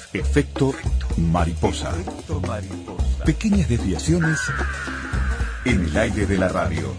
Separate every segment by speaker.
Speaker 1: Efecto mariposa. Pequeñas desviaciones en el aire de la radio.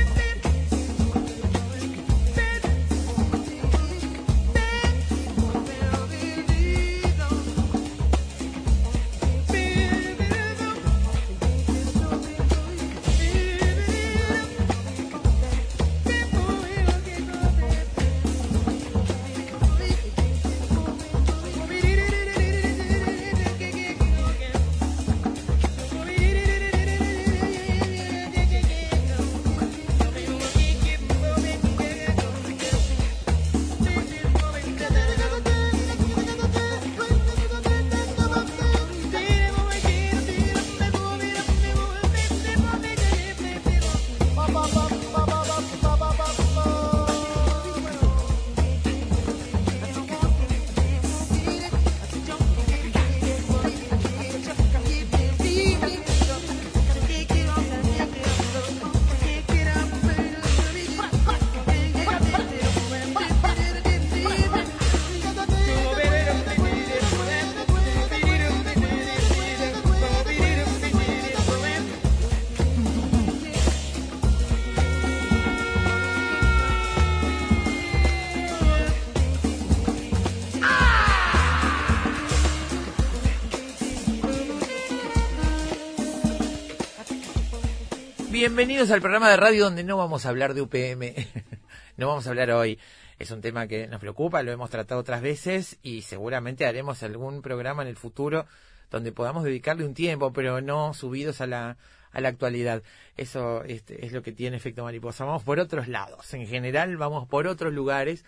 Speaker 2: Bienvenidos al programa de radio donde no vamos a hablar de UPM, no vamos a hablar hoy. Es un tema que nos preocupa, lo hemos tratado otras veces y seguramente haremos algún programa en el futuro donde podamos dedicarle un tiempo, pero no subidos a la actualidad. Eso es lo que tiene Efecto Mariposa. Vamos por otros lados, en general vamos por otros lugares.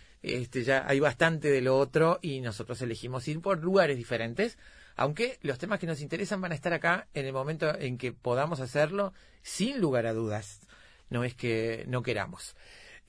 Speaker 2: Ya hay bastante de lo otro y nosotros elegimos ir por lugares diferentes. Aunque los temas que nos interesan van a estar acá en el momento en que podamos hacerlo, sin lugar a dudas. No es que no queramos.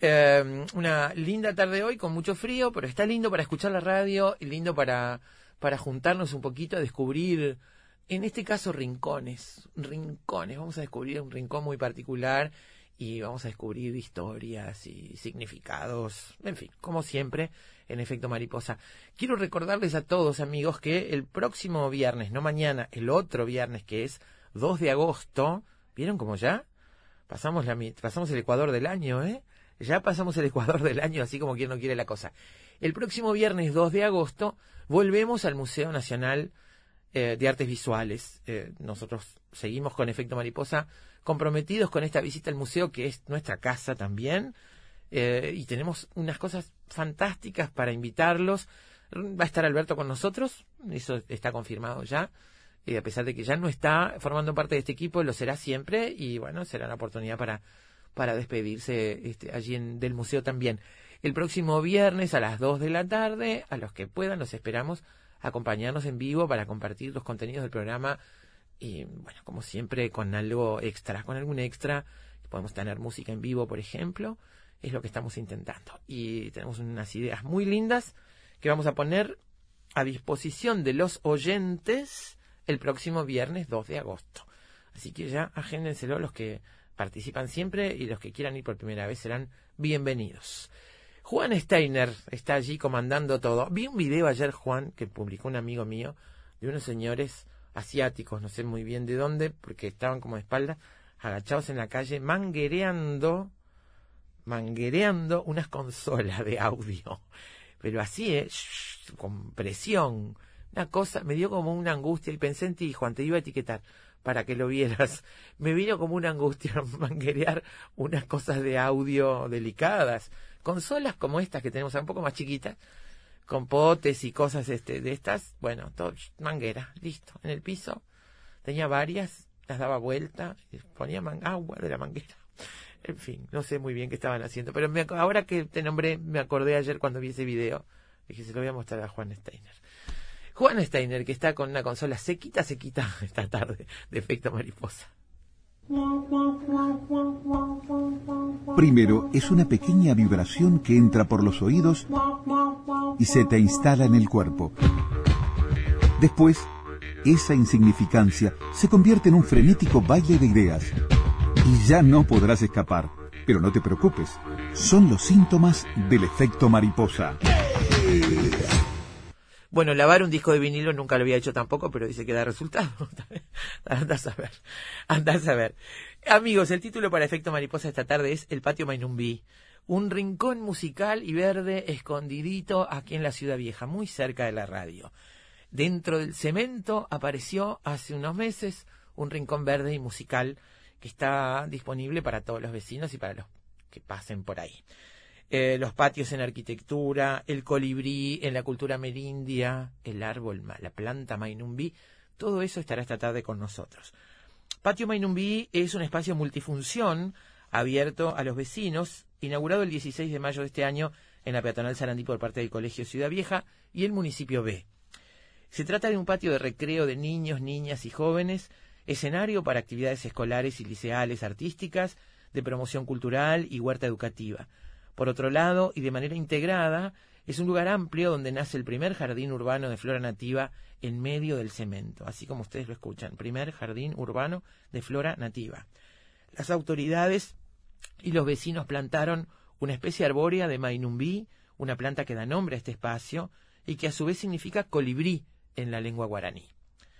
Speaker 2: Una linda tarde hoy con mucho frío, pero está lindo para escuchar la radio y lindo para juntarnos un poquito a descubrir, en este caso, rincones. Vamos a descubrir un rincón muy particular y vamos a descubrir historias y significados, en fin, como siempre, en Efecto Mariposa. Quiero recordarles a todos, amigos, que el próximo viernes, no mañana, el otro viernes, que es 2 de agosto, ¿vieron cómo ya? Pasamos el Ecuador del año, ¿eh? Ya pasamos el Ecuador del año, así como quien no quiere la cosa. El próximo viernes 2 de agosto volvemos al Museo Nacional de Artes Visuales. Nosotros seguimos con Efecto Mariposa comprometidos con esta visita al museo, que es nuestra casa también, y tenemos unas cosas fantásticas para invitarlos. Va a estar Alberto con nosotros, eso está confirmado ya, a pesar de que ya no está formando parte de este equipo, lo será siempre, y bueno, será una oportunidad para despedirse allí del museo también. El próximo viernes a las 2 de la tarde, a los que puedan, los esperamos acompañarnos en vivo para compartir los contenidos del programa. Y bueno, como siempre, con algo extra, con algún extra. Podemos tener música en vivo, por ejemplo. Es lo que estamos intentando. Y tenemos unas ideas muy lindas que vamos a poner a disposición de los oyentes el próximo viernes 2 de agosto. Así que ya agéndenselo, los que participan siempre y los que quieran ir por primera vez serán bienvenidos. Juan Steiner está allí comandando todo. Vi un video ayer, Juan, que publicó un amigo mío, de unos señores asiáticos, no sé muy bien de dónde, porque estaban como de espalda, agachados en la calle, manguereando unas consolas de audio, pero así, con presión, una cosa, me dio como una angustia, y pensé en ti, Juan, te iba a etiquetar para que lo vieras, me vino como una angustia manguerear unas cosas de audio delicadas, consolas como estas que tenemos, un poco más chiquitas, con potes y cosas de estas, bueno, todo manguera, listo, en el piso, tenía varias, las daba vuelta, y ponía agua de la manguera, en fin, no sé muy bien qué estaban haciendo, pero ahora que te nombré, me acordé ayer cuando vi ese video, dije, se lo voy a mostrar a Juan Steiner. Juan Steiner, que está con una consola sequita esta tarde, de Efecto Mariposa.
Speaker 1: Primero es una pequeña vibración que entra por los oídos y se te instala en el cuerpo. Después, esa insignificancia se convierte en un frenético baile de ideas. Y ya no podrás escapar. Pero no te preocupes, son los síntomas del efecto mariposa.
Speaker 2: Bueno, lavar un disco de vinilo nunca lo había hecho tampoco, pero dice que da resultado. Andás a ver. Amigos, el título para Efecto Mariposa esta tarde es El Patio Mainumbí. Un rincón musical y verde escondidito aquí en la Ciudad Vieja, muy cerca de la radio. Dentro del cemento apareció hace unos meses un rincón verde y musical que está disponible para todos los vecinos y para los que pasen por ahí. Los patios en arquitectura, el colibrí en la cultura amerindia, el árbol, la planta Mainumbí, todo eso estará esta tarde con nosotros. Patio Mainumbí es un espacio multifunción abierto a los vecinos, inaugurado el 16 de mayo de este año en la peatonal Sarandí por parte del Colegio Ciudad Vieja y el municipio B. Se trata de un patio de recreo de niños, niñas y jóvenes, escenario para actividades escolares y liceales artísticas, de promoción cultural y huerta educativa. Por otro lado, y de manera integrada, es un lugar amplio donde nace el primer jardín urbano de flora nativa en medio del cemento, así como ustedes lo escuchan, primer jardín urbano de flora nativa. Las autoridades y los vecinos plantaron una especie arbórea de Mainumbí, una planta que da nombre a este espacio y que a su vez significa colibrí en la lengua guaraní.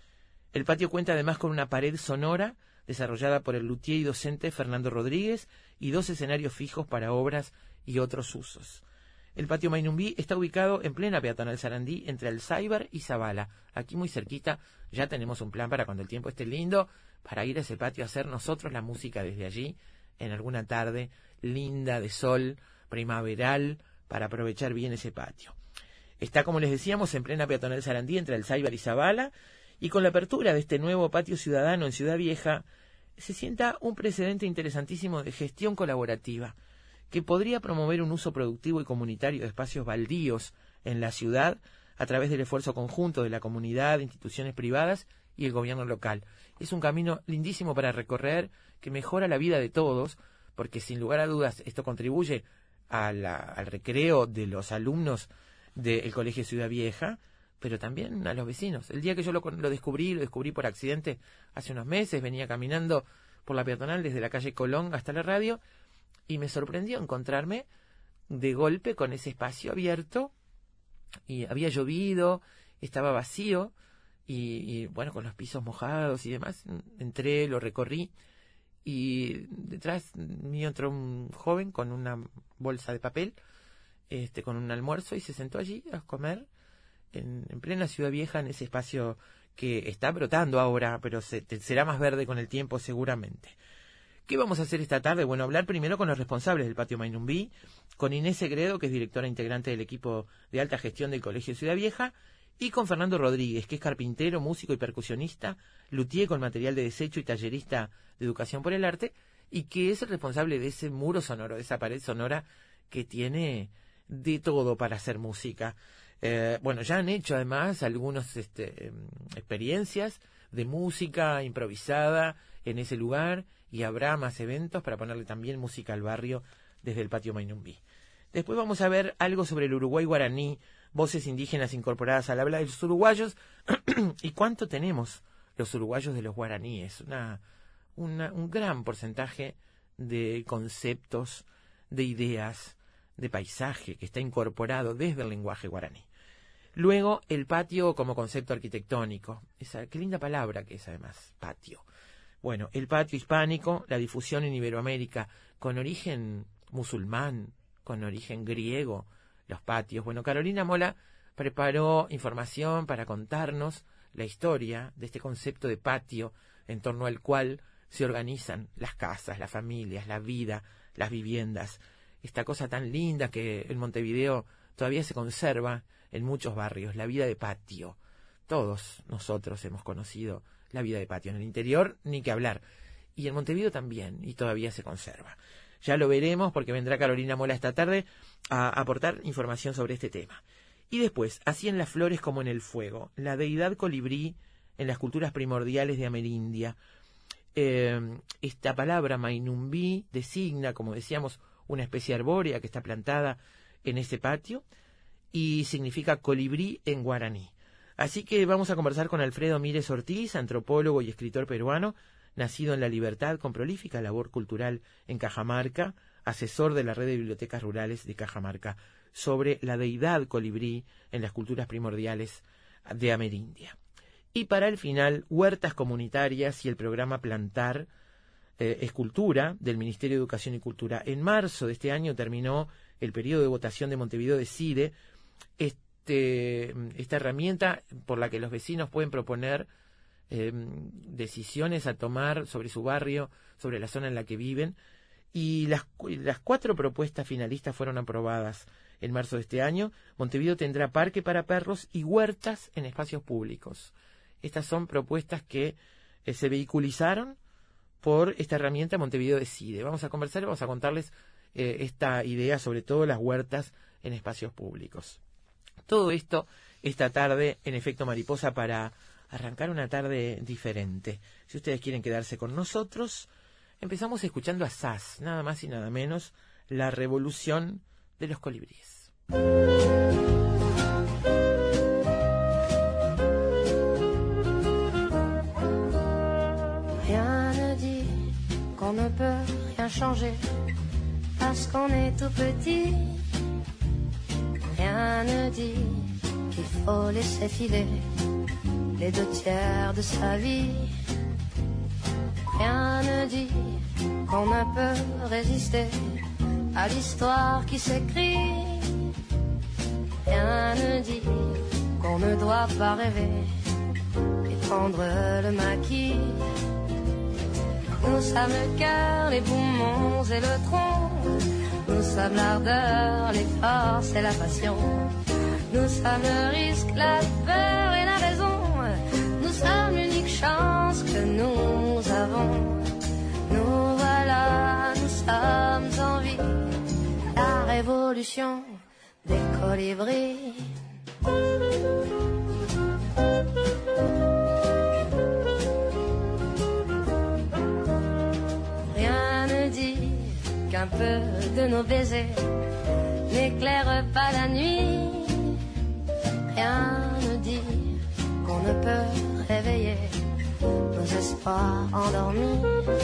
Speaker 2: El patio cuenta además con una pared sonora desarrollada por el luthier y docente Fernando Rodríguez y 2 escenarios fijos para obras y otros usos. El patio Mainumbí está ubicado en plena peatonal Sarandí entre Alzaibar y Zabala. Aquí muy cerquita ya tenemos un plan para cuando el tiempo esté lindo, para ir a ese patio a hacer nosotros la música desde allí, en alguna tarde linda de sol, primaveral, para aprovechar bien ese patio. Está, como les decíamos, en plena peatonal Sarandí entre Alzaibar y Zabala, y con la apertura de este nuevo patio ciudadano en Ciudad Vieja, se sienta un precedente interesantísimo de gestión colaborativa, que podría promover un uso productivo y comunitario de espacios baldíos en la ciudad a través del esfuerzo conjunto de la comunidad, instituciones privadas y el gobierno local. Es un camino lindísimo para recorrer que mejora la vida de todos, porque sin lugar a dudas esto contribuye al recreo de los alumnos del Colegio Ciudad Vieja, pero también a los vecinos. El día que yo lo descubrí por accidente hace unos meses, venía caminando por la peatonal desde la calle Colón hasta la radio, y me sorprendió encontrarme de golpe con ese espacio abierto, y había llovido, estaba vacío, y bueno, con los pisos mojados y demás. Entré, lo recorrí, y detrás mío entró un joven con una bolsa de papel, con un almuerzo, y se sentó allí a comer en plena Ciudad Vieja, en ese espacio que está brotando ahora, pero será más verde con el tiempo seguramente. ¿Qué vamos a hacer esta tarde? Bueno, hablar primero con los responsables del patio Mainumbí, con Inés Segredo, que es directora integrante del equipo de alta gestión del Colegio Ciudad Vieja, y con Fernando Rodríguez, que es carpintero, músico y percusionista, luthier con material de desecho y tallerista de educación por el arte, y que es el responsable de ese muro sonoro, de esa pared sonora que tiene de todo para hacer música. Bueno, ya han hecho además algunas experiencias de música improvisada en ese lugar, y habrá más eventos para ponerle también música al barrio desde el patio Mainumbí. Después vamos a ver algo sobre el Uruguay guaraní, voces indígenas incorporadas al habla de los uruguayos y cuánto tenemos los uruguayos de los guaraníes. Un gran porcentaje de conceptos, de ideas, de paisaje que está incorporado desde el lenguaje guaraní. Luego, el patio como concepto arquitectónico. Qué linda palabra que es además, patio. Bueno, el patio hispánico, la difusión en Iberoamérica, con origen musulmán, con origen griego, los patios. Bueno, Carolina Mola preparó información para contarnos la historia de este concepto de patio en torno al cual se organizan las casas, las familias, la vida, las viviendas. Esta cosa tan linda que en Montevideo todavía se conserva en muchos barrios, la vida de patio. Todos nosotros hemos conocido la vida de patio. En el interior, ni que hablar. Y en Montevideo también, y todavía se conserva. Ya lo veremos porque vendrá Carolina Mola esta tarde a aportar información sobre este tema. Y después, así en las flores como en el fuego, la deidad colibrí en las culturas primordiales de Amerindia. Esta palabra Mainumbí designa, como decíamos, una especie arbórea que está plantada en ese patio y significa colibrí en guaraní. Así que vamos a conversar con Alfredo Mírez Ortiz, antropólogo y escritor peruano, nacido en La Libertad, con prolífica labor cultural en Cajamarca, asesor de la red de bibliotecas rurales de Cajamarca. sobre la deidad colibrí en las culturas primordiales de Amerindia. Y para el final, huertas comunitarias y el programa Plantar Escultura del Ministerio de Educación y Cultura. En marzo de este año terminó el periodo de votación de Montevideo Decide, esta herramienta por la que los vecinos pueden proponer decisiones a tomar sobre su barrio, sobre la zona en la que viven, y las 4 propuestas finalistas fueron aprobadas en marzo de este año. Montevideo tendrá parque para perros y huertas en espacios públicos. Estas son propuestas que se vehiculizaron por esta herramienta Montevideo Decide. Vamos a conversar y vamos a contarles esta idea, sobre todo las huertas en espacios públicos. Todo esto esta tarde en Efecto Mariposa para arrancar una tarde diferente. Si ustedes quieren quedarse con nosotros, empezamos escuchando a Sass, nada más y nada menos, La Revolución de los Colibríes.
Speaker 3: Rien ne dit qu'on ne peut rien changer parce qu'on est tout petit. Rien ne dit qu'il faut laisser filer les 2/3 de sa vie. Rien ne dit qu'on ne peut résister à l'histoire qui s'écrit. Rien ne dit qu'on ne doit pas rêver et prendre le maquis. Nous sommes le cœur, les poumons et le tronc. Nous sommes l'ardeur, les forces et la passion. Nous sommes le risque, la peur et la raison. Nous sommes l'unique chance que nous avons. Nous voilà, nous sommes en vie. La révolution des colibris. Rien ne dit qu'un peu de nos baisers n'éclaire pas la nuit. Rien ne dit qu'on ne peut réveiller nos espoirs endormis.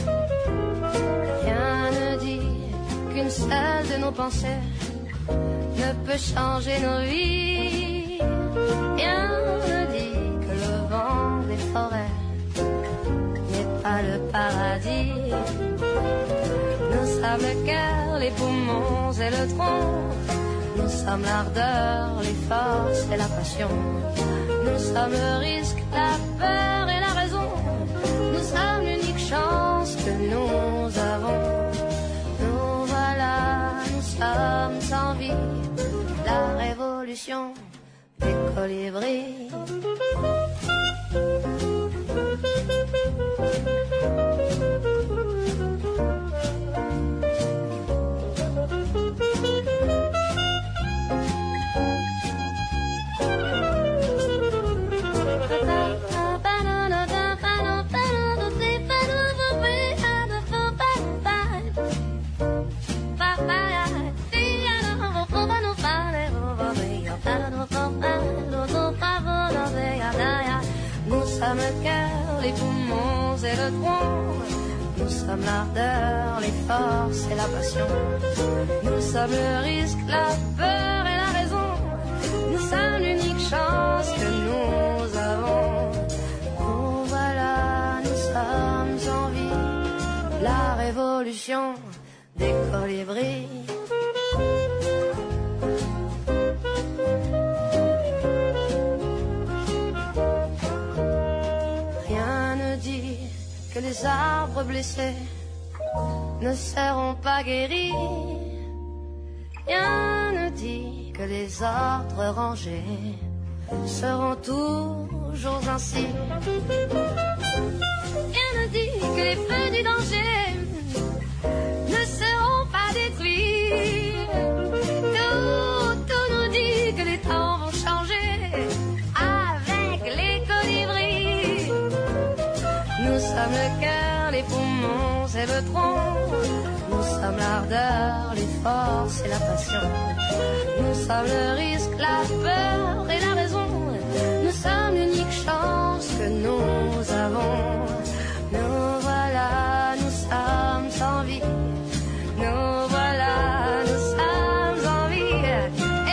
Speaker 3: Rien ne dit qu'une seule de nos pensées ne peut changer nos vies. Rien ne dit que le vent des forêts n'est pas le paradis. Nous sommes le cœur, les poumons et le tronc. Nous sommes l'ardeur, les forces et la passion. Nous sommes le risque, la peur et la raison. Nous sommes l'unique chance que nous avons. Nous voilà, nous sommes en vie. La révolution des colibris. Nous sommes le cœur, les poumons et le tronc. Nous sommes l'ardeur, les forces et la passion. Nous sommes le risque, la peur et la raison. Nous sommes l'unique chance que nous avons. Oh voilà, nous sommes en vie. La révolution des colibris. Que les arbres blessés ne seront pas guéris. Rien ne dit que les ordres rangés seront toujours ainsi. Rien ne dit que les feux du danger ne seront pas détruits. Tout nous dit que les temps vont changer avec les colibris. Nous sommes le cœur, les poumons et le tronc. Nous sommes l'ardeur, les forces et la passion. Nous sommes le risque, la peur et la raison. Nous sommes l'unique chance que nous avons. Nous voilà, nous sommes en vie. Nous voilà, nous sommes en vie.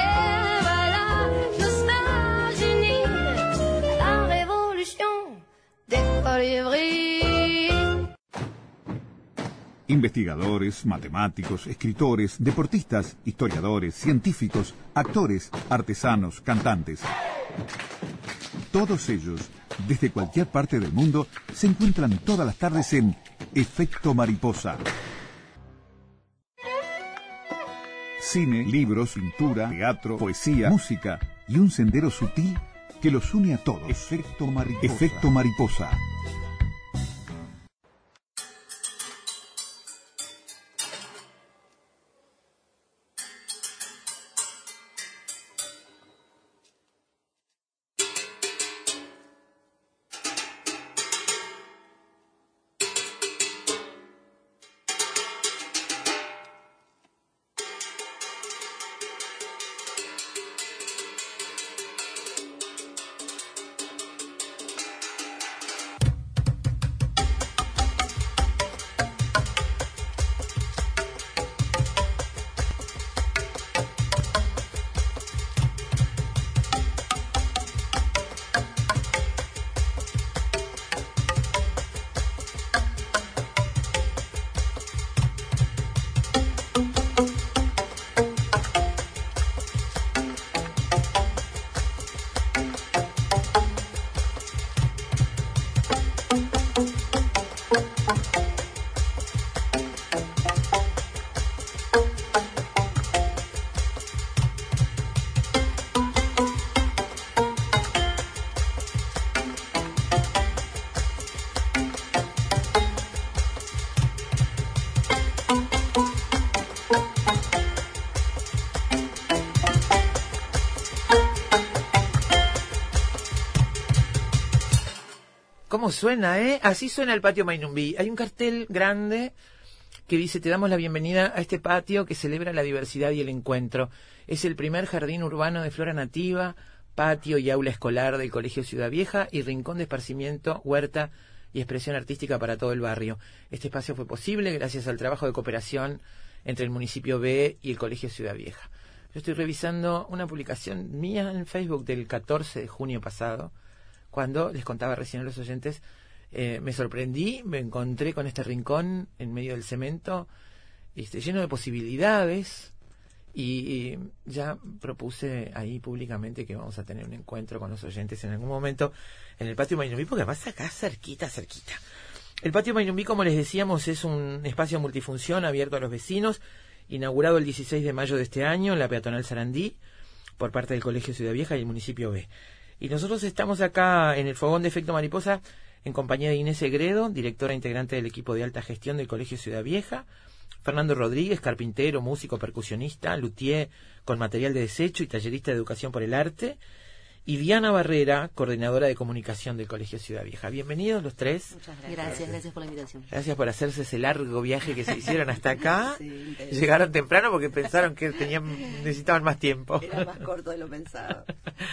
Speaker 1: Investigadores, matemáticos, escritores, deportistas, historiadores, científicos, actores, artesanos, cantantes. Todos ellos, desde cualquier parte del mundo, se encuentran todas las tardes en Efecto Mariposa. Cine, libros, pintura, teatro, poesía, música y un sendero sutil que los une a todos. Efecto Mariposa. Efecto Mariposa.
Speaker 2: ¿Cómo suena, Así suena el patio Mainumbi. Hay un cartel grande que dice: te damos la bienvenida a este patio que celebra la diversidad y el encuentro. Es el primer jardín urbano de flora nativa, patio y aula escolar del Colegio Ciudad Vieja y rincón de esparcimiento, huerta y expresión artística para todo el barrio. Este espacio fue posible gracias al trabajo de cooperación entre el municipio B y el Colegio Ciudad Vieja. Yo estoy revisando una publicación mía en Facebook del 14 de junio pasado, cuando les contaba recién a los oyentes, me sorprendí, me encontré con este rincón en medio del cemento, lleno de posibilidades, y ya propuse ahí públicamente que vamos a tener un encuentro con los oyentes en algún momento en el patio Mainumbi, porque además acá cerquita. El patio Mainumbi, como les decíamos, es un espacio multifunción abierto a los vecinos, inaugurado el 16 de mayo de este año en la peatonal Sarandí por parte del Colegio Ciudad Vieja y el municipio B. Y nosotros estamos acá en el fogón de Efecto Mariposa en compañía de Inés Segredo, directora integrante del equipo de alta gestión del Colegio Ciudad Vieja, Fernando Rodríguez, carpintero, músico, percusionista, luthier con material de desecho y tallerista de educación por el arte, y Diana Barrera, coordinadora de comunicación del Colegio Ciudad Vieja. Bienvenidos los tres.
Speaker 4: Muchas gracias. Gracias por la invitación.
Speaker 2: Gracias por hacerse ese largo viaje que se hicieron hasta acá.
Speaker 4: Sí,
Speaker 2: llegaron temprano porque pensaron que necesitaban más tiempo.
Speaker 4: Era más corto de lo pensado.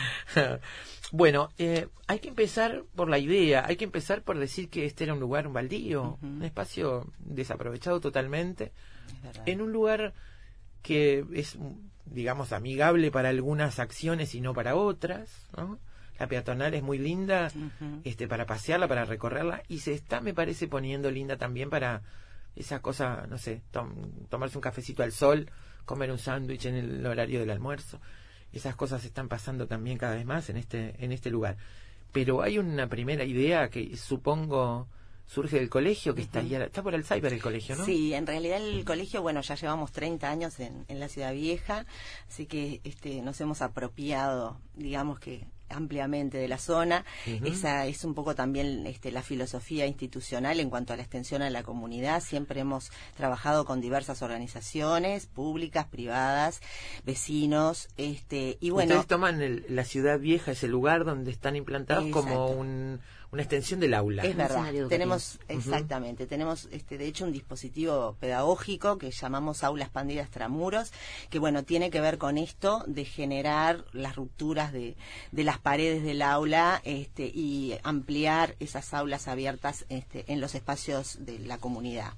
Speaker 2: Bueno, hay que empezar por la idea, hay que empezar por decir que este era un lugar, un baldío, un espacio desaprovechado totalmente, en un lugar que es, digamos, amigable para algunas acciones y no para otras, ¿no? La peatonal es muy linda para pasearla, para recorrerla, y se está, me parece, poniendo linda también para esa cosa, no sé, tomarse un cafecito al sol, comer un sándwich en el horario del almuerzo. Esas cosas están pasando también cada vez más en este lugar. Pero hay una primera idea que supongo surge del colegio, que está por Alzheimer el colegio, ¿no?
Speaker 4: Sí, en realidad el colegio, bueno, ya llevamos 30 años en la Ciudad Vieja, así que nos hemos apropiado, digamos que ampliamente de la zona. Esa es un poco también la filosofía institucional en cuanto a la extensión a la comunidad. Siempre hemos trabajado con diversas organizaciones públicas, privadas, vecinos, y bueno,
Speaker 2: ustedes toman la Ciudad Vieja, ese lugar donde están implantados,
Speaker 4: exacto,
Speaker 2: como una extensión del aula.
Speaker 4: Es verdad, tenemos, exactamente, tenemos de hecho un dispositivo pedagógico que llamamos Aula Expandida Extramuros, que bueno, tiene que ver con esto de generar las rupturas de las paredes del aula, y ampliar esas aulas abiertas en los espacios de la comunidad.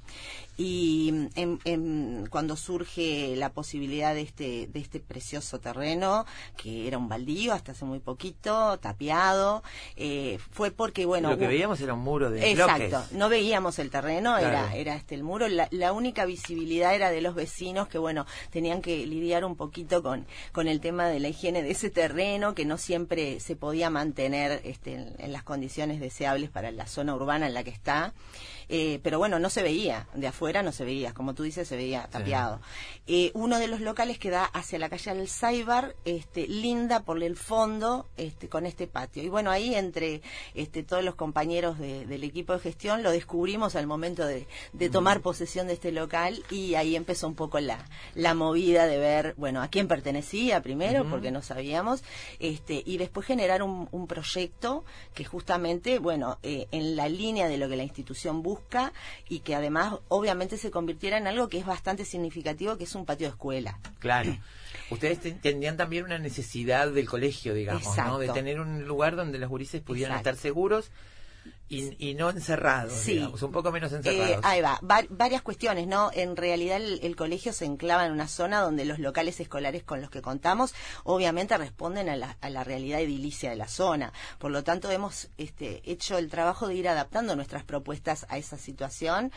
Speaker 4: Y cuando surge la posibilidad de este precioso terreno, que era un baldío hasta hace muy poquito, tapiado, fue porque que bueno...
Speaker 2: Lo que veíamos era un muro de
Speaker 4: Exacto,
Speaker 2: bloques.
Speaker 4: no veíamos el terreno,
Speaker 2: Claro.
Speaker 4: era el muro. La única visibilidad era de los vecinos que, bueno, tenían que lidiar un poquito con el tema de la higiene de ese terreno, que no siempre se podía mantener en las condiciones deseables para la zona urbana en la que está. Pero bueno, no se veía, de afuera no se veía, como tú dices, se veía tapiado. Uno de los locales que da hacia la calle Alzáibar, linda por el fondo, con este patio. Y bueno, ahí entre todos los compañeros del equipo de gestión lo descubrimos al momento de tomar posesión de este local, y ahí empezó un poco la movida de ver, bueno, a quién pertenecía primero, porque no sabíamos, y después generar un proyecto que justamente, bueno, en la línea de lo que la institución busca, y que además obviamente se convirtiera en algo que es bastante significativo, que es un patio de escuela.
Speaker 2: Claro. Ustedes tendrían también una necesidad del colegio, digamos,
Speaker 4: Exacto.
Speaker 2: ¿no? De tener un lugar donde los gurises pudieran
Speaker 4: Exacto.
Speaker 2: estar seguros y no encerrados,
Speaker 4: Sí.
Speaker 2: digamos, un poco menos encerrados.
Speaker 4: Ahí va, varias cuestiones, ¿no? En realidad el colegio se enclava en una zona donde los locales escolares con los que contamos obviamente responden a la realidad edilicia de la zona. Por lo tanto, hemos hecho el trabajo de ir adaptando nuestras propuestas a esa situación.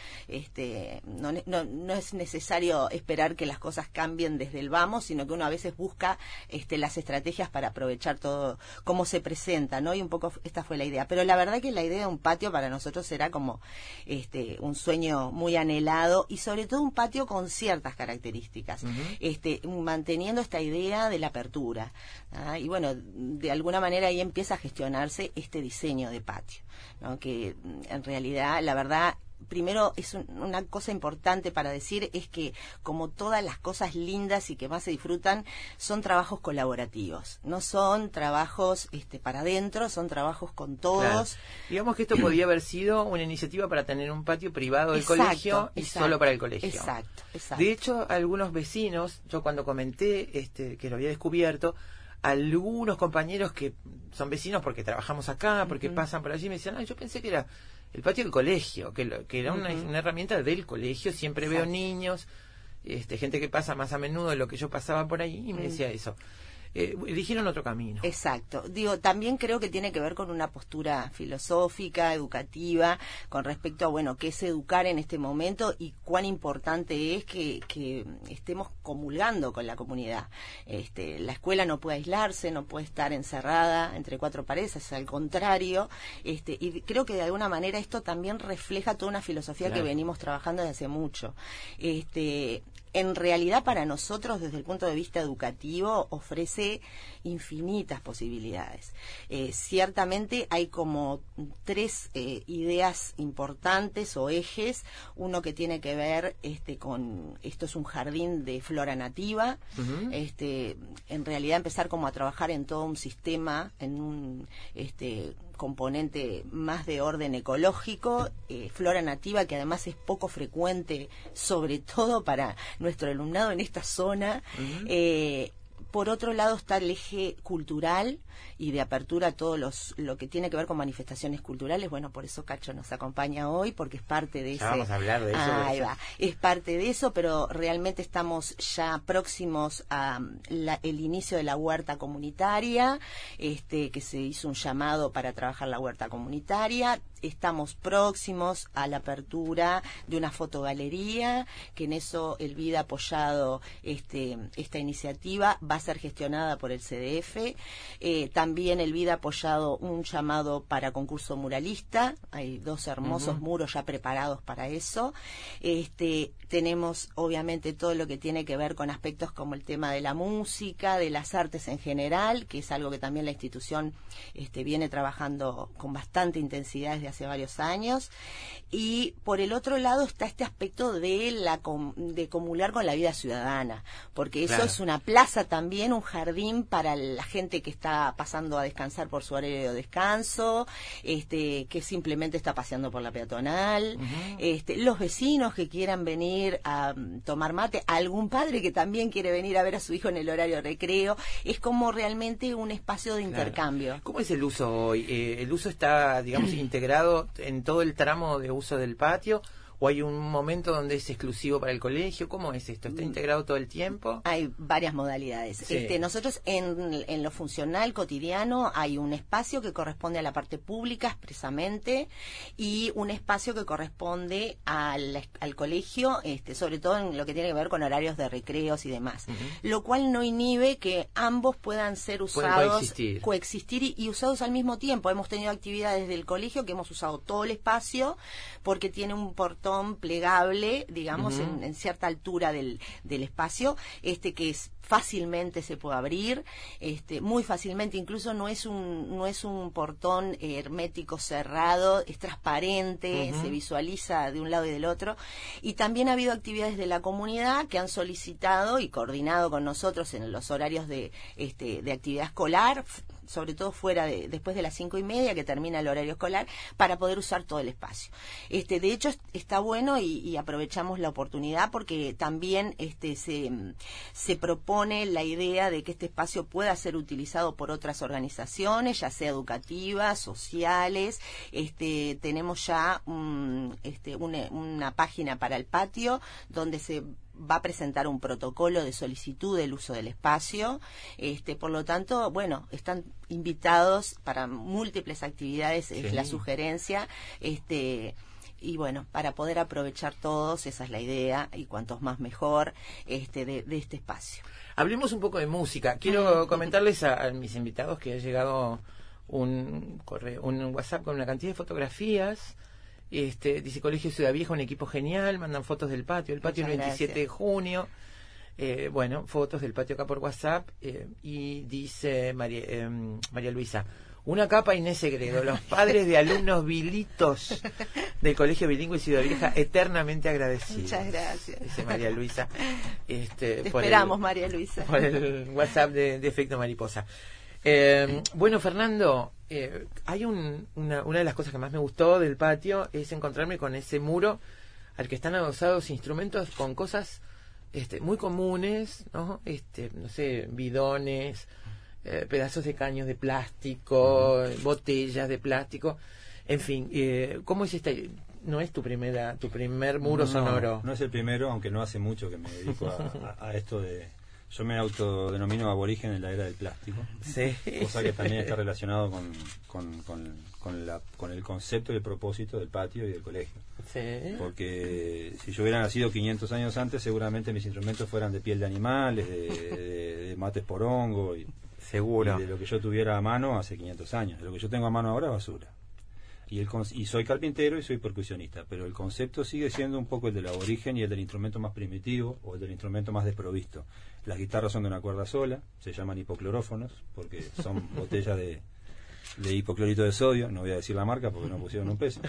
Speaker 4: No es necesario esperar que las cosas cambien desde el vamos, sino que uno a veces busca las estrategias para aprovechar todo cómo se presenta, ¿no? Y un poco esta fue la idea. Pero la verdad que la idea de un patio para nosotros era como un sueño muy anhelado, y sobre todo un patio con ciertas características, manteniendo esta idea de la apertura, ¿ah? Y bueno, de alguna manera ahí empieza a gestionarse este diseño de patio, ¿no? Que en realidad, la verdad, primero es una cosa importante para decir, es que como todas las cosas lindas y que más se disfrutan, son trabajos colaborativos, no son trabajos para adentro, son trabajos con todos.
Speaker 2: Claro. Digamos que esto podía haber sido una iniciativa para tener un patio privado del
Speaker 4: Exacto,
Speaker 2: colegio y
Speaker 4: exacto,
Speaker 2: solo para el colegio.
Speaker 4: Exacto.
Speaker 2: De hecho, algunos vecinos, yo cuando comenté que lo había descubierto, algunos compañeros que son vecinos porque trabajamos acá, porque pasan por allí, me decían, yo pensé que era el patio del colegio, que era una herramienta del colegio. Siempre veo niños, gente que pasa más a menudo de lo que yo pasaba por ahí, y me decía eso. Eligieron otro camino.
Speaker 4: Exacto. Digo, también creo que tiene que ver con una postura filosófica, educativa, con respecto a, bueno, qué es educar en este momento y cuán importante es que estemos comulgando con la comunidad. La escuela no puede aislarse, no puede estar encerrada entre cuatro paredes, es al contrario. Y creo que de alguna manera esto también refleja toda una filosofía que venimos trabajando desde hace mucho. En realidad, para nosotros, desde el punto de vista educativo, ofrece infinitas posibilidades. Ciertamente hay como tres ideas importantes o ejes. Uno que tiene que ver con, esto es un jardín de flora nativa. En realidad empezar como a trabajar en todo un sistema, en un componente más de orden ecológico, flora nativa, que además es poco frecuente, sobre todo para nuestro alumnado en esta zona. Por otro lado está el eje cultural y de apertura a todo lo que tiene que ver con manifestaciones culturales. Bueno, por eso Cacho nos acompaña hoy, porque es parte de
Speaker 2: ya vamos a hablar de eso.
Speaker 4: Ahí va. Es parte de eso, pero realmente estamos ya próximos a el inicio de la huerta comunitaria, que se hizo un llamado para trabajar la huerta comunitaria. Estamos próximos a la apertura de una fotogalería, que en eso el BID ha apoyado esta iniciativa, va a ser gestionada por el CDF. También el BID ha apoyado un llamado para concurso muralista, hay 2 hermosos muros ya preparados para eso. Tenemos obviamente todo lo que tiene que ver con aspectos como el tema de la música, de las artes en general, que es algo que también la institución viene trabajando con bastante intensidad desde hace varios años. Y por el otro lado está este aspecto de comulgar con la vida ciudadana, porque eso es una plaza también, un jardín para la gente que está pasando a descansar por su horario de descanso, que simplemente está paseando por la peatonal, los vecinos que quieran venir a tomar mate, algún padre que también quiere venir a ver a su hijo en el horario de recreo. Es como realmente un espacio de intercambio.
Speaker 2: ¿Cómo es el uso hoy? ¿El uso está, digamos, integrado en todo el tramo de uso del patio, ¿O hay un momento donde es exclusivo para el colegio? ¿Cómo es esto? ¿Está integrado todo el tiempo?
Speaker 4: Hay varias modalidades.
Speaker 2: Sí.
Speaker 4: Nosotros en lo funcional cotidiano hay un espacio que corresponde a la parte pública expresamente y un espacio que corresponde al colegio, sobre todo en lo que tiene que ver con horarios de recreos y demás. Lo cual no inhibe que ambos puedan ser usados, coexistir y usados al mismo tiempo. Hemos tenido actividades del colegio que hemos usado todo el espacio porque tiene un portón plegable, digamos, en cierta altura del espacio, que fácilmente se puede abrir, muy fácilmente, incluso no es un portón hermético cerrado, es transparente, se visualiza de un lado y del otro. Y también ha habido actividades de la comunidad que han solicitado y coordinado con nosotros en los horarios de actividad escolar, sobre todo después de las 5:30 que termina el horario escolar, para poder usar todo el espacio. De hecho está bueno y aprovechamos la oportunidad porque también se propone la idea de que este espacio pueda ser utilizado por otras organizaciones, ya sea educativas, sociales. Tenemos ya una página para el patio donde se va a presentar un protocolo de solicitud del uso del espacio. Por lo tanto, bueno, están invitados para múltiples actividades, es la sugerencia. Y bueno, para poder aprovechar todos, esa es la idea, y cuantos más mejor, de este espacio.
Speaker 2: Hablemos un poco de música. Quiero comentarles a mis invitados que ha llegado un WhatsApp con una cantidad de fotografías. Dice Colegio Ciudad Vieja, un equipo genial, mandan fotos del patio, el patio el 27 de junio. Bueno, fotos del patio acá por WhatsApp. Y dice María Luisa, una capa Inés Segredo, los padres de alumnos bilitos del Colegio Bilingüe Ciudad Vieja, eternamente agradecidos.
Speaker 4: Muchas gracias.
Speaker 2: Dice María Luisa.
Speaker 4: Te esperamos, María Luisa.
Speaker 2: Por el WhatsApp de Efecto Mariposa. Bueno, Fernando, hay una de las cosas que más me gustó del patio es encontrarme con ese muro al que están adosados instrumentos con cosas muy comunes, ¿no? No sé, bidones, pedazos de caños de plástico, botellas de plástico, en fin, ¿cómo es no es tu primer muro sonoro?
Speaker 5: No es el primero, aunque no hace mucho que me dedico a esto de... Yo me autodenomino aborigen en la era del plástico,
Speaker 2: sí.
Speaker 5: Cosa que también está relacionado con el concepto y el propósito del patio y del colegio.
Speaker 2: Sí.
Speaker 5: Porque si yo hubiera nacido 500 años antes, seguramente mis instrumentos fueran de piel de animales, de mates por hongo,
Speaker 2: seguro.
Speaker 5: Y de lo que yo tuviera a mano hace 500 años. De lo que yo tengo a mano ahora es basura. Y soy carpintero y soy percusionista, pero el concepto sigue siendo un poco el del aborigen y el del instrumento más primitivo o el del instrumento más desprovisto. Las guitarras son de una cuerda sola, se llaman hipoclorófonos porque son botellas de hipoclorito de sodio, no voy a decir la marca porque no pusieron un peso.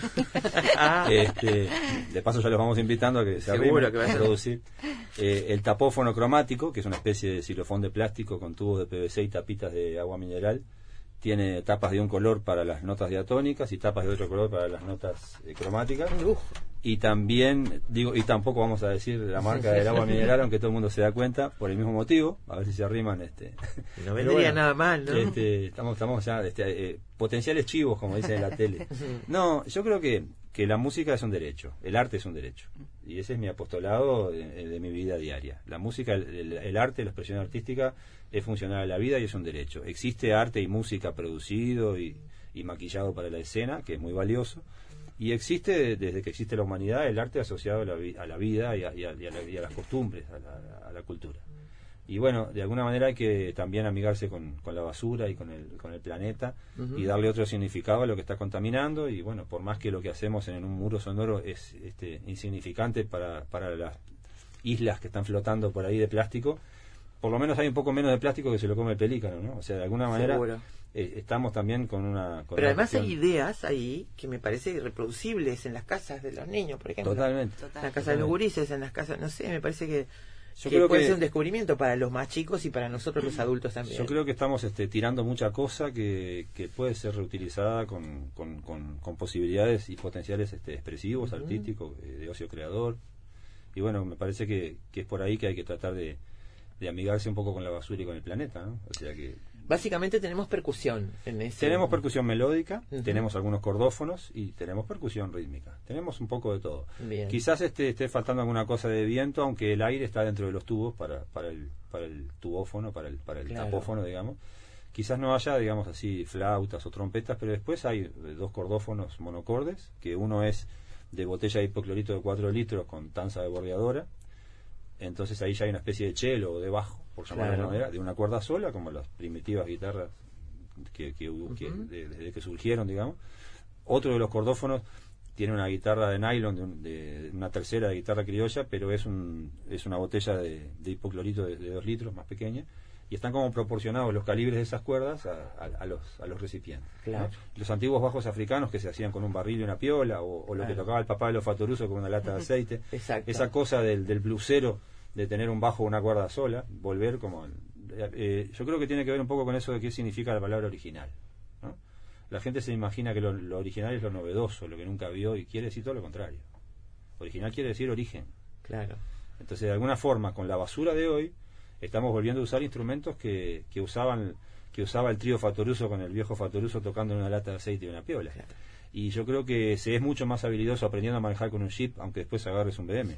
Speaker 5: De paso ya los vamos invitando a que se arrimen a producir. El tapófono cromático, que es una especie de xilofón de plástico con tubos de PVC y tapitas de agua mineral. Tiene tapas de un color para las notas diatónicas y tapas de otro color para las notas cromáticas. Y también, y tampoco vamos a decir la marca del agua mineral, aunque todo el mundo se da cuenta, por el mismo motivo, a ver si se arriman.
Speaker 2: No vendría nada mal, ¿no?
Speaker 5: Estamos ya, potenciales chivos, como dicen en la tele. No, yo creo que la música es un derecho, el arte es un derecho. Y ese es mi apostolado de mi vida diaria. La música, el arte, la expresión artística es funcional a la vida y es un derecho. Existe arte y música producido y maquillado para la escena, que es muy valioso. Y existe, desde que existe la humanidad, el arte asociado a la vida y a las costumbres, a la cultura. Y bueno, de alguna manera hay que también amigarse con la basura y con el planeta y darle otro significado a lo que está contaminando. Y bueno, por más que lo que hacemos en un muro sonoro es insignificante para las islas que están flotando por ahí de plástico, por lo menos hay un poco menos de plástico que se lo come el pelícano, ¿no? O sea, de alguna manera estamos también con una...
Speaker 2: Pero además hay ideas ahí que me parece reproducibles en las casas de los niños, por ejemplo.
Speaker 5: Totalmente.
Speaker 2: En las casas de los gurises, en las casas, no sé, me parece que...
Speaker 5: Yo creo
Speaker 2: puede ser un descubrimiento para los más chicos y para nosotros los adultos también.
Speaker 5: Yo creo que estamos tirando mucha cosa que puede ser reutilizada con posibilidades y potenciales expresivos, artísticos, de ocio creador. Y bueno, me parece que es por ahí que hay que tratar de amigarse un poco con la basura y con el planeta, ¿no? O sea que
Speaker 2: Básicamente tenemos percusión en ese...
Speaker 5: Tenemos percusión melódica, tenemos algunos cordófonos y tenemos percusión rítmica. Tenemos un poco de todo.
Speaker 2: Bien.
Speaker 5: Quizás esté faltando alguna cosa de viento, aunque el aire está dentro de los tubos para el tubófono, para el
Speaker 2: Claro.
Speaker 5: tapófono, digamos. Quizás no haya, digamos así, flautas o trompetas, pero después hay 2 cordófonos monocordes, que uno es de botella de hipoclorito de 4 litros con tanza de bordeadora. Entonces ahí ya hay una especie de cello o de bajo, por llamarlo de
Speaker 2: Claro.
Speaker 5: alguna manera, de una cuerda sola, como las primitivas guitarras desde que surgieron, digamos. Otro de los cordófonos tiene una guitarra de nylon, de una tercera de guitarra criolla, pero es una botella de hipoclorito de 2 litros, más pequeña, y están como proporcionados los calibres de esas cuerdas a los recipientes.
Speaker 2: Claro.
Speaker 5: ¿no? Los antiguos bajos africanos que se hacían con un barril y una piola, o lo que
Speaker 2: Claro.
Speaker 5: tocaba el papá de los Fatoruso con una lata de aceite.
Speaker 2: Exacto.
Speaker 5: Esa cosa del blusero, de tener un bajo o una cuerda sola, volver como... yo creo que tiene que ver un poco con eso de qué significa la palabra original, ¿no? La gente se imagina que lo original es lo novedoso, lo que nunca vio, y quiere decir todo lo contrario. Original quiere decir origen.
Speaker 2: Claro.
Speaker 5: Entonces, de alguna forma, con la basura de hoy, estamos volviendo a usar instrumentos que usaba el trío Fatoruso con el viejo Fatoruso tocando en una lata de aceite y una piola.
Speaker 2: Claro.
Speaker 5: Y yo creo que se es mucho más habilidoso aprendiendo a manejar con un chip, aunque después agarres un BM.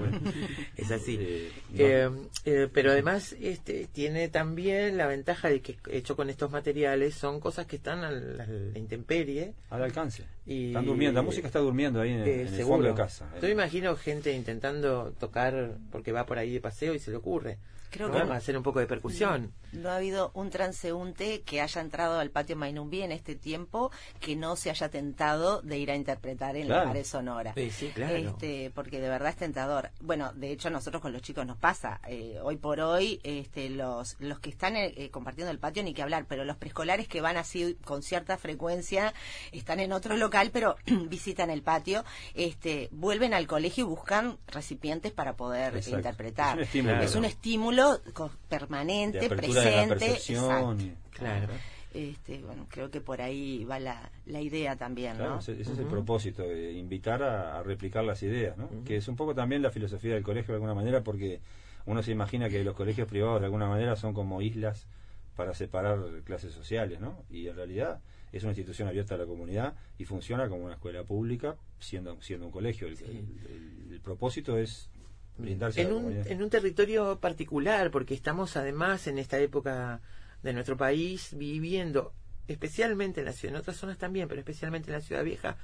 Speaker 2: Es así.
Speaker 5: No.
Speaker 2: Pero además tiene también la ventaja de que hecho con estos materiales son cosas que están a la intemperie.
Speaker 5: Al alcance.
Speaker 2: Y,
Speaker 5: Están durmiendo, la música está durmiendo ahí en el
Speaker 2: seguro.
Speaker 5: fondo de casa.
Speaker 2: Yo me imagino gente intentando tocar porque va por ahí de paseo y se le ocurre.
Speaker 4: Creo
Speaker 2: ¿no?
Speaker 4: que
Speaker 2: Hacer un poco de percusión.
Speaker 4: no ha habido un transeúnte que haya entrado al patio Mainumbi en este tiempo que no se haya tentado de ir a interpretar en
Speaker 5: Claro.
Speaker 4: la pared sonora.
Speaker 2: Sí, claro.
Speaker 4: Porque de verdad es tentador. Bueno, de hecho a nosotros con los chicos nos pasa. Hoy por hoy los que están compartiendo el patio ni que hablar, pero los preescolares que van así con cierta frecuencia están en otro local, pero visitan el patio, vuelven al colegio y buscan recipientes para poder
Speaker 5: Exacto.
Speaker 4: interpretar.
Speaker 5: Es un estímulo.
Speaker 2: Claro.
Speaker 4: Es un estímulo permanente,
Speaker 5: De apertura de la
Speaker 4: presente.
Speaker 5: percepción.
Speaker 4: Exacto.
Speaker 2: Claro.
Speaker 4: Bueno, creo que por ahí va la idea también,
Speaker 5: Claro,
Speaker 4: ¿no?
Speaker 5: ese es el propósito, de invitar a replicar las ideas, ¿no? Que es un poco también la filosofía del colegio de alguna manera, porque uno se imagina que los colegios privados de alguna manera son como islas para separar clases sociales, ¿no? Y en realidad es una institución abierta a la comunidad y funciona como una escuela pública siendo un colegio. El propósito es brindarse a la comunidad.
Speaker 2: En un territorio particular, porque estamos además en esta época de nuestro país viviendo, especialmente en la ciudad, en otras zonas también, pero especialmente en la Ciudad Vieja,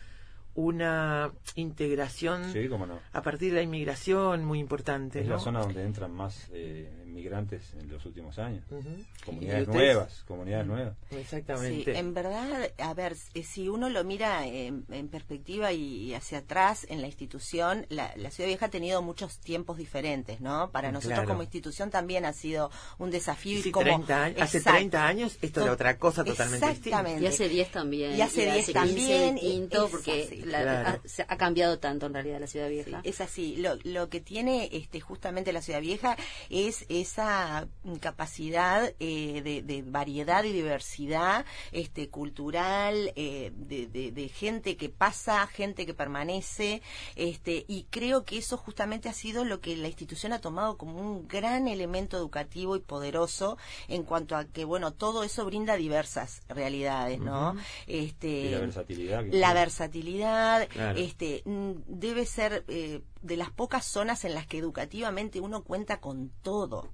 Speaker 2: una integración
Speaker 5: Sí, cómo no.
Speaker 2: a partir de la inmigración muy importante.
Speaker 5: Es
Speaker 2: ¿no?
Speaker 5: la zona donde entran más migrantes en los últimos años.
Speaker 2: Ujú.
Speaker 5: Comunidades
Speaker 2: ¿Y ustedes?
Speaker 5: nuevas.
Speaker 2: Exactamente.
Speaker 4: Sí, en verdad, a ver, si uno lo mira en perspectiva y hacia atrás en la institución, la Ciudad Vieja ha tenido muchos tiempos diferentes, ¿no? Para nosotros
Speaker 2: Claro.
Speaker 4: como institución también ha sido un desafío.
Speaker 2: Sí,
Speaker 4: y como,
Speaker 2: 30 años, hace
Speaker 4: Exacto.
Speaker 2: 30 años esto era otra cosa totalmente distinta.
Speaker 4: Exactamente.
Speaker 6: Y hace 10 también.
Speaker 4: Y hace 10
Speaker 6: 15
Speaker 4: también,
Speaker 6: distinto,
Speaker 4: es
Speaker 6: porque
Speaker 4: así.
Speaker 2: Claro.
Speaker 6: ha cambiado tanto en realidad la Ciudad
Speaker 4: Sí,
Speaker 6: Vieja.
Speaker 4: es así. Lo que tiene justamente la Ciudad Vieja es esa capacidad de variedad y diversidad cultural, de gente que pasa, gente que permanece, y creo que eso justamente ha sido lo que la institución ha tomado como un gran elemento educativo y poderoso en cuanto a que, bueno, todo eso brinda diversas realidades, ¿no?
Speaker 5: Y la versatilidad.
Speaker 4: La versatilidad,
Speaker 2: Claro.
Speaker 4: Debe ser de las pocas zonas en las que educativamente uno cuenta con todo.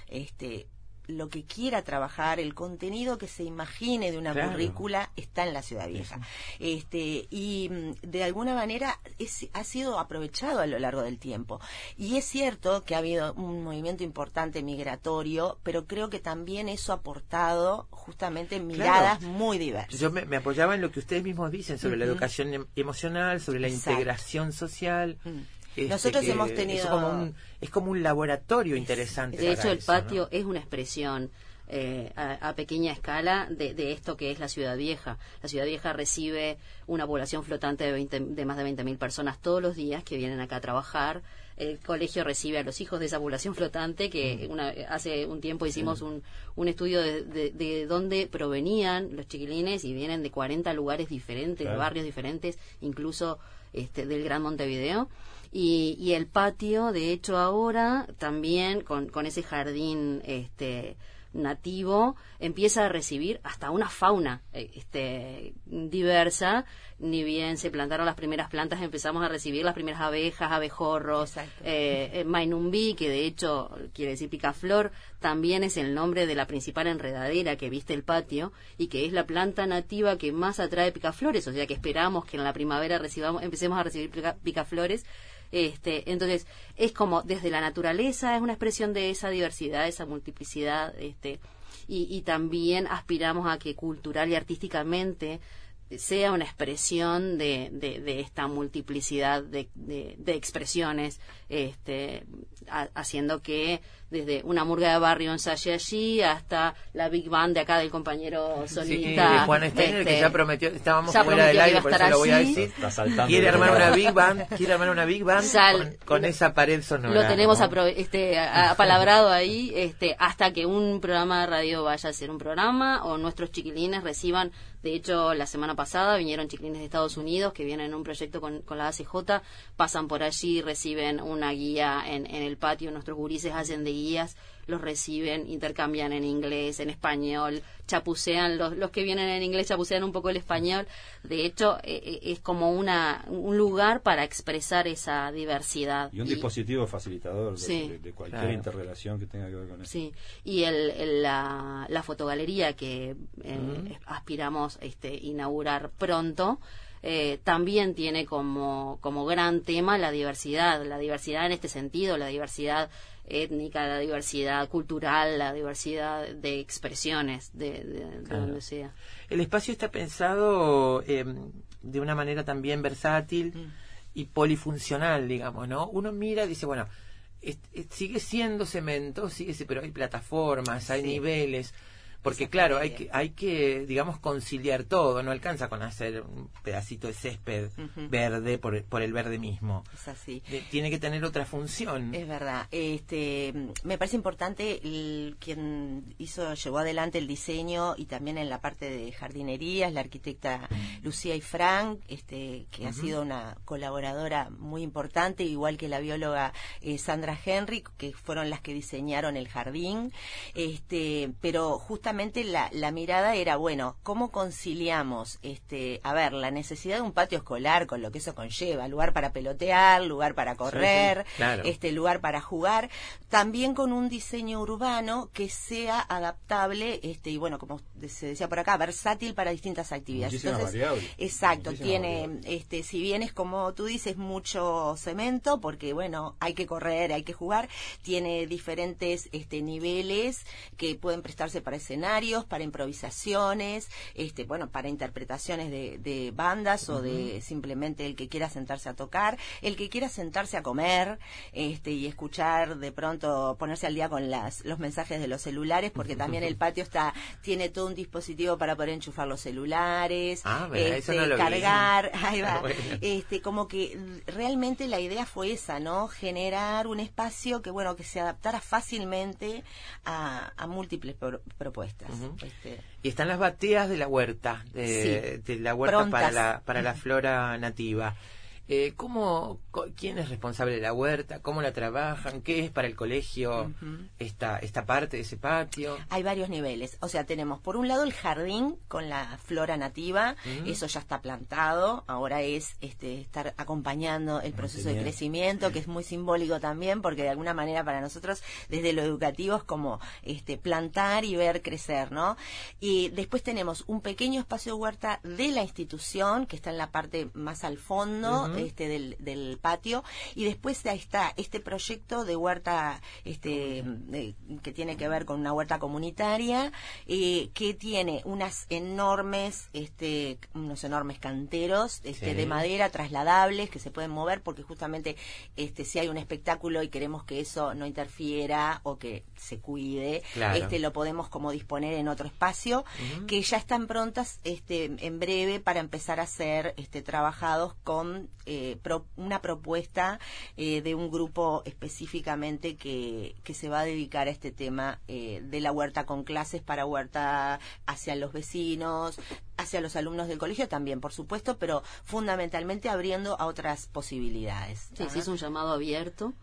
Speaker 4: Lo que quiera trabajar, el contenido que se imagine de una
Speaker 2: Claro.
Speaker 4: currícula está en la Ciudad Vieja. Y de alguna manera ha sido aprovechado a lo largo del tiempo. Y es cierto que ha habido un movimiento importante migratorio, pero creo que también eso ha aportado justamente miradas muy diversas.
Speaker 2: Yo me apoyaba en lo que ustedes mismos dicen sobre la educación emocional, sobre la
Speaker 4: Exacto.
Speaker 2: integración social.
Speaker 4: Nosotros
Speaker 2: que
Speaker 4: hemos tenido...
Speaker 2: es como un laboratorio interesante.
Speaker 6: De hecho,
Speaker 2: para
Speaker 6: el
Speaker 2: eso,
Speaker 6: patio
Speaker 2: ¿no?
Speaker 6: es una expresión a pequeña escala de esto que es la Ciudad Vieja. La Ciudad Vieja recibe una población flotante de más de 20.000 personas todos los días que vienen acá a trabajar. El colegio recibe a los hijos de esa población flotante que hace un tiempo hicimos un estudio de dónde provenían los chiquilines y vienen de 40 lugares diferentes,
Speaker 5: Claro.
Speaker 6: de barrios diferentes, incluso del Gran Montevideo. Y el patio, de hecho, ahora también con ese jardín nativo empieza a recibir hasta una fauna diversa. Ni bien se plantaron las primeras plantas, empezamos a recibir las primeras abejas, abejorros, mainumbí, que de hecho quiere decir picaflor, también es el nombre de la principal enredadera que viste el patio y que es la planta nativa que más atrae picaflores, o sea que esperamos que en la primavera empecemos a recibir picaflores. Entonces es como desde la naturaleza, es una expresión de esa diversidad, esa multiplicidad, y también aspiramos a que cultural y artísticamente sea una expresión de esta multiplicidad de expresiones, haciendo que desde una murga de barrio ensaye allí hasta la Big Band de acá del compañero solista.
Speaker 2: Sí, Juan Steiner, que ya prometió, estábamos
Speaker 6: ya
Speaker 2: fuera del aire, por eso
Speaker 6: allí.
Speaker 2: lo voy a decir. Quiere armar una Big Band con esa pared sonora.
Speaker 6: Lo tenemos apalabrado ahí, hasta que un programa de radio vaya a ser un programa o nuestros chiquilines reciban. De hecho, la semana pasada vinieron chiquilines de Estados Unidos que vienen en un proyecto con la ACJ, pasan por allí, reciben una guía en el patio, nuestros gurises hacen de guías, los reciben, intercambian en inglés, en español, chapucean, los que vienen en inglés chapucean un poco el español. De hecho, es como un lugar para expresar esa diversidad.
Speaker 5: Y un dispositivo facilitador
Speaker 6: sí,
Speaker 5: de cualquier interrelación que tenga que ver con eso.
Speaker 6: Sí, y la fotogalería que aspiramos inaugurar pronto, también tiene como gran tema la diversidad en este sentido, la diversidad étnica, la diversidad cultural, la diversidad de expresiones de donde sea.
Speaker 2: El espacio está pensado de una manera también versátil y polifuncional, digamos, ¿no? Uno mira y dice, bueno, sigue siendo cemento, pero hay plataformas, hay niveles. Porque claro, hay que digamos conciliar todo, no alcanza con hacer un pedacito de césped verde por el verde mismo.
Speaker 4: Es así.
Speaker 2: Tiene que tener otra función.
Speaker 4: Es verdad. Me parece importante quien llevó adelante el diseño y también en la parte de jardinería es la arquitecta Lucía y Frank, que ha sido una colaboradora muy importante, igual que la bióloga Sandra Henry, que fueron las que diseñaron el jardín. Pero justamente la mirada era, bueno, ¿cómo conciliamos la necesidad de un patio escolar con lo que eso conlleva? Lugar para pelotear, lugar para correr,
Speaker 2: claro.
Speaker 4: Lugar para jugar, también con un diseño urbano que sea adaptable, y bueno, como se decía por acá, versátil para distintas actividades.
Speaker 5: Muchísimas variables.
Speaker 4: Exacto, tiene, si bien es como tú dices, mucho cemento, porque bueno, hay que correr, hay que jugar, tiene diferentes niveles que pueden prestarse para escenarios, para improvisaciones, para interpretaciones de bandas o de simplemente el que quiera sentarse a tocar, el que quiera sentarse a comer, y escuchar de pronto, ponerse al día con los mensajes de los celulares, porque también el patio tiene todo un dispositivo para poder enchufar los celulares,
Speaker 2: eso no lo
Speaker 4: cargar,
Speaker 2: vi.
Speaker 4: ahí va,
Speaker 2: Bueno.
Speaker 4: Como que realmente la idea fue esa, ¿no? Generar un espacio que se adaptara fácilmente a múltiples propuestas.
Speaker 2: Y están las bateas de la huerta, de la huerta para la flora nativa. ¿Quién es responsable de la huerta? ¿Cómo la trabajan? ¿Qué es para el colegio esta parte de ese patio?
Speaker 4: Hay varios niveles. O sea, tenemos por un lado el jardín con la flora nativa. Eso ya está plantado. Ahora es estar acompañando el proceso de crecimiento, que es muy simbólico también, porque de alguna manera para nosotros, desde lo educativo, es como plantar y ver crecer, ¿no? Y después tenemos un pequeño espacio de huerta de la institución, que está en la parte más al fondo, del patio, y después está este proyecto de huerta que tiene que ver con una huerta comunitaria, que tiene unos enormes canteros de madera trasladables que se pueden mover, porque justamente si hay un espectáculo y queremos que eso no interfiera o que se cuide,
Speaker 2: claro.
Speaker 4: Lo podemos como disponer en otro espacio, que ya están prontas en breve para empezar a ser trabajados con una propuesta de un grupo específicamente que se va a dedicar a este tema de la huerta, con clases para huerta hacia los vecinos, hacia los alumnos del colegio también, por supuesto, pero fundamentalmente abriendo a otras posibilidades.
Speaker 6: Sí, es un llamado abierto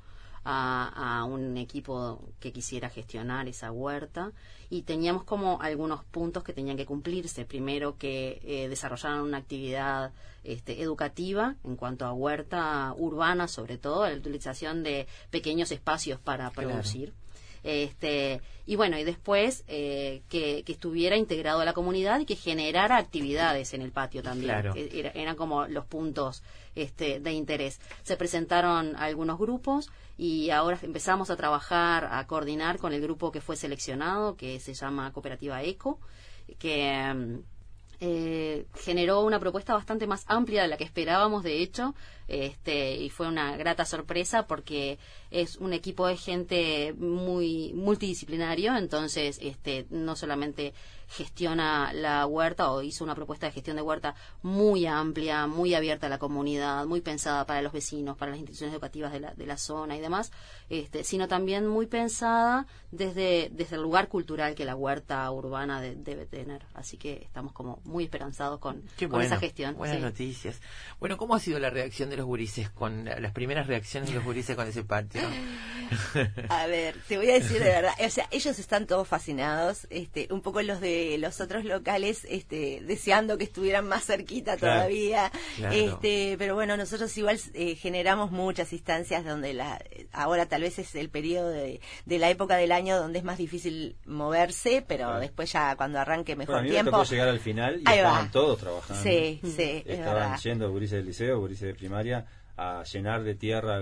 Speaker 6: a un equipo que quisiera gestionar esa huerta, y teníamos como algunos puntos que tenían que cumplirse. Primero, que desarrollaran una actividad educativa en cuanto a huerta urbana, sobre todo la utilización de pequeños espacios para producir. Y bueno, y después que estuviera integrado a la comunidad y que generara actividades en el patio también.
Speaker 2: Claro.
Speaker 6: Eran como los puntos de interés. Se presentaron algunos grupos y ahora empezamos a trabajar, a coordinar con el grupo que fue seleccionado, que se llama Cooperativa ECO, que generó una propuesta bastante más amplia de la que esperábamos, de hecho, y fue una grata sorpresa porque es un equipo de gente muy multidisciplinario. Entonces no solamente gestiona la huerta, o hizo una propuesta de gestión de huerta muy amplia, muy abierta a la comunidad, muy pensada para los vecinos, para las instituciones educativas de la zona y demás, sino también muy pensada desde el lugar cultural que la huerta urbana debe tener. Así que estamos como muy esperanzados con esa gestión.
Speaker 2: Buenas noticias. Bueno, ¿cómo ha sido la reacción de los gurises, con las primeras reacciones de los gurises con ese patio?
Speaker 4: A ver, te voy a decir de verdad, o sea, ellos están todos fascinados, un poco los de los otros locales, deseando que estuvieran más cerquita todavía,
Speaker 2: claro.
Speaker 4: Pero bueno, nosotros igual generamos muchas instancias donde ahora tal vez es el periodo de la época del año donde es más difícil moverse, pero después ya cuando arranque mejor
Speaker 5: a mí
Speaker 4: tiempo.
Speaker 5: me tocó llegar al final y
Speaker 4: ahí
Speaker 5: estaban
Speaker 4: va.
Speaker 5: Todos trabajando.
Speaker 4: Sí,
Speaker 5: estaban yendo gurises del liceo, gurises de primaria, a llenar de tierra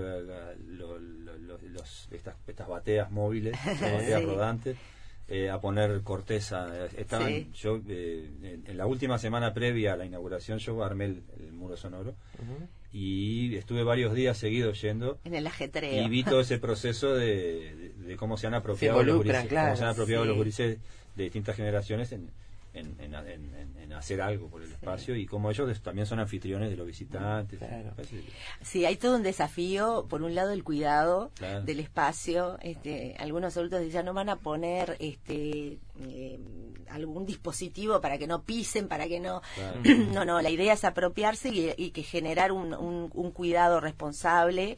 Speaker 5: estas bateas móviles, bateas rodantes, a poner corteza. Estaban, yo en la última semana previa a la inauguración yo armé el muro sonoro, y estuve varios días seguidos yendo
Speaker 4: en el ajetreo
Speaker 5: y vi todo ese proceso de cómo se han apropiado los gurises, cómo se han apropiado los gurises de distintas generaciones en hacer algo por el espacio, y como ellos también son anfitriones de los visitantes.
Speaker 2: Claro.
Speaker 4: Sí, hay todo un desafío. Por un lado, el cuidado del espacio. Algunos adultos ya no van a poner algún dispositivo para que no pisen, para que no... No, la idea es apropiarse y que generar un cuidado responsable,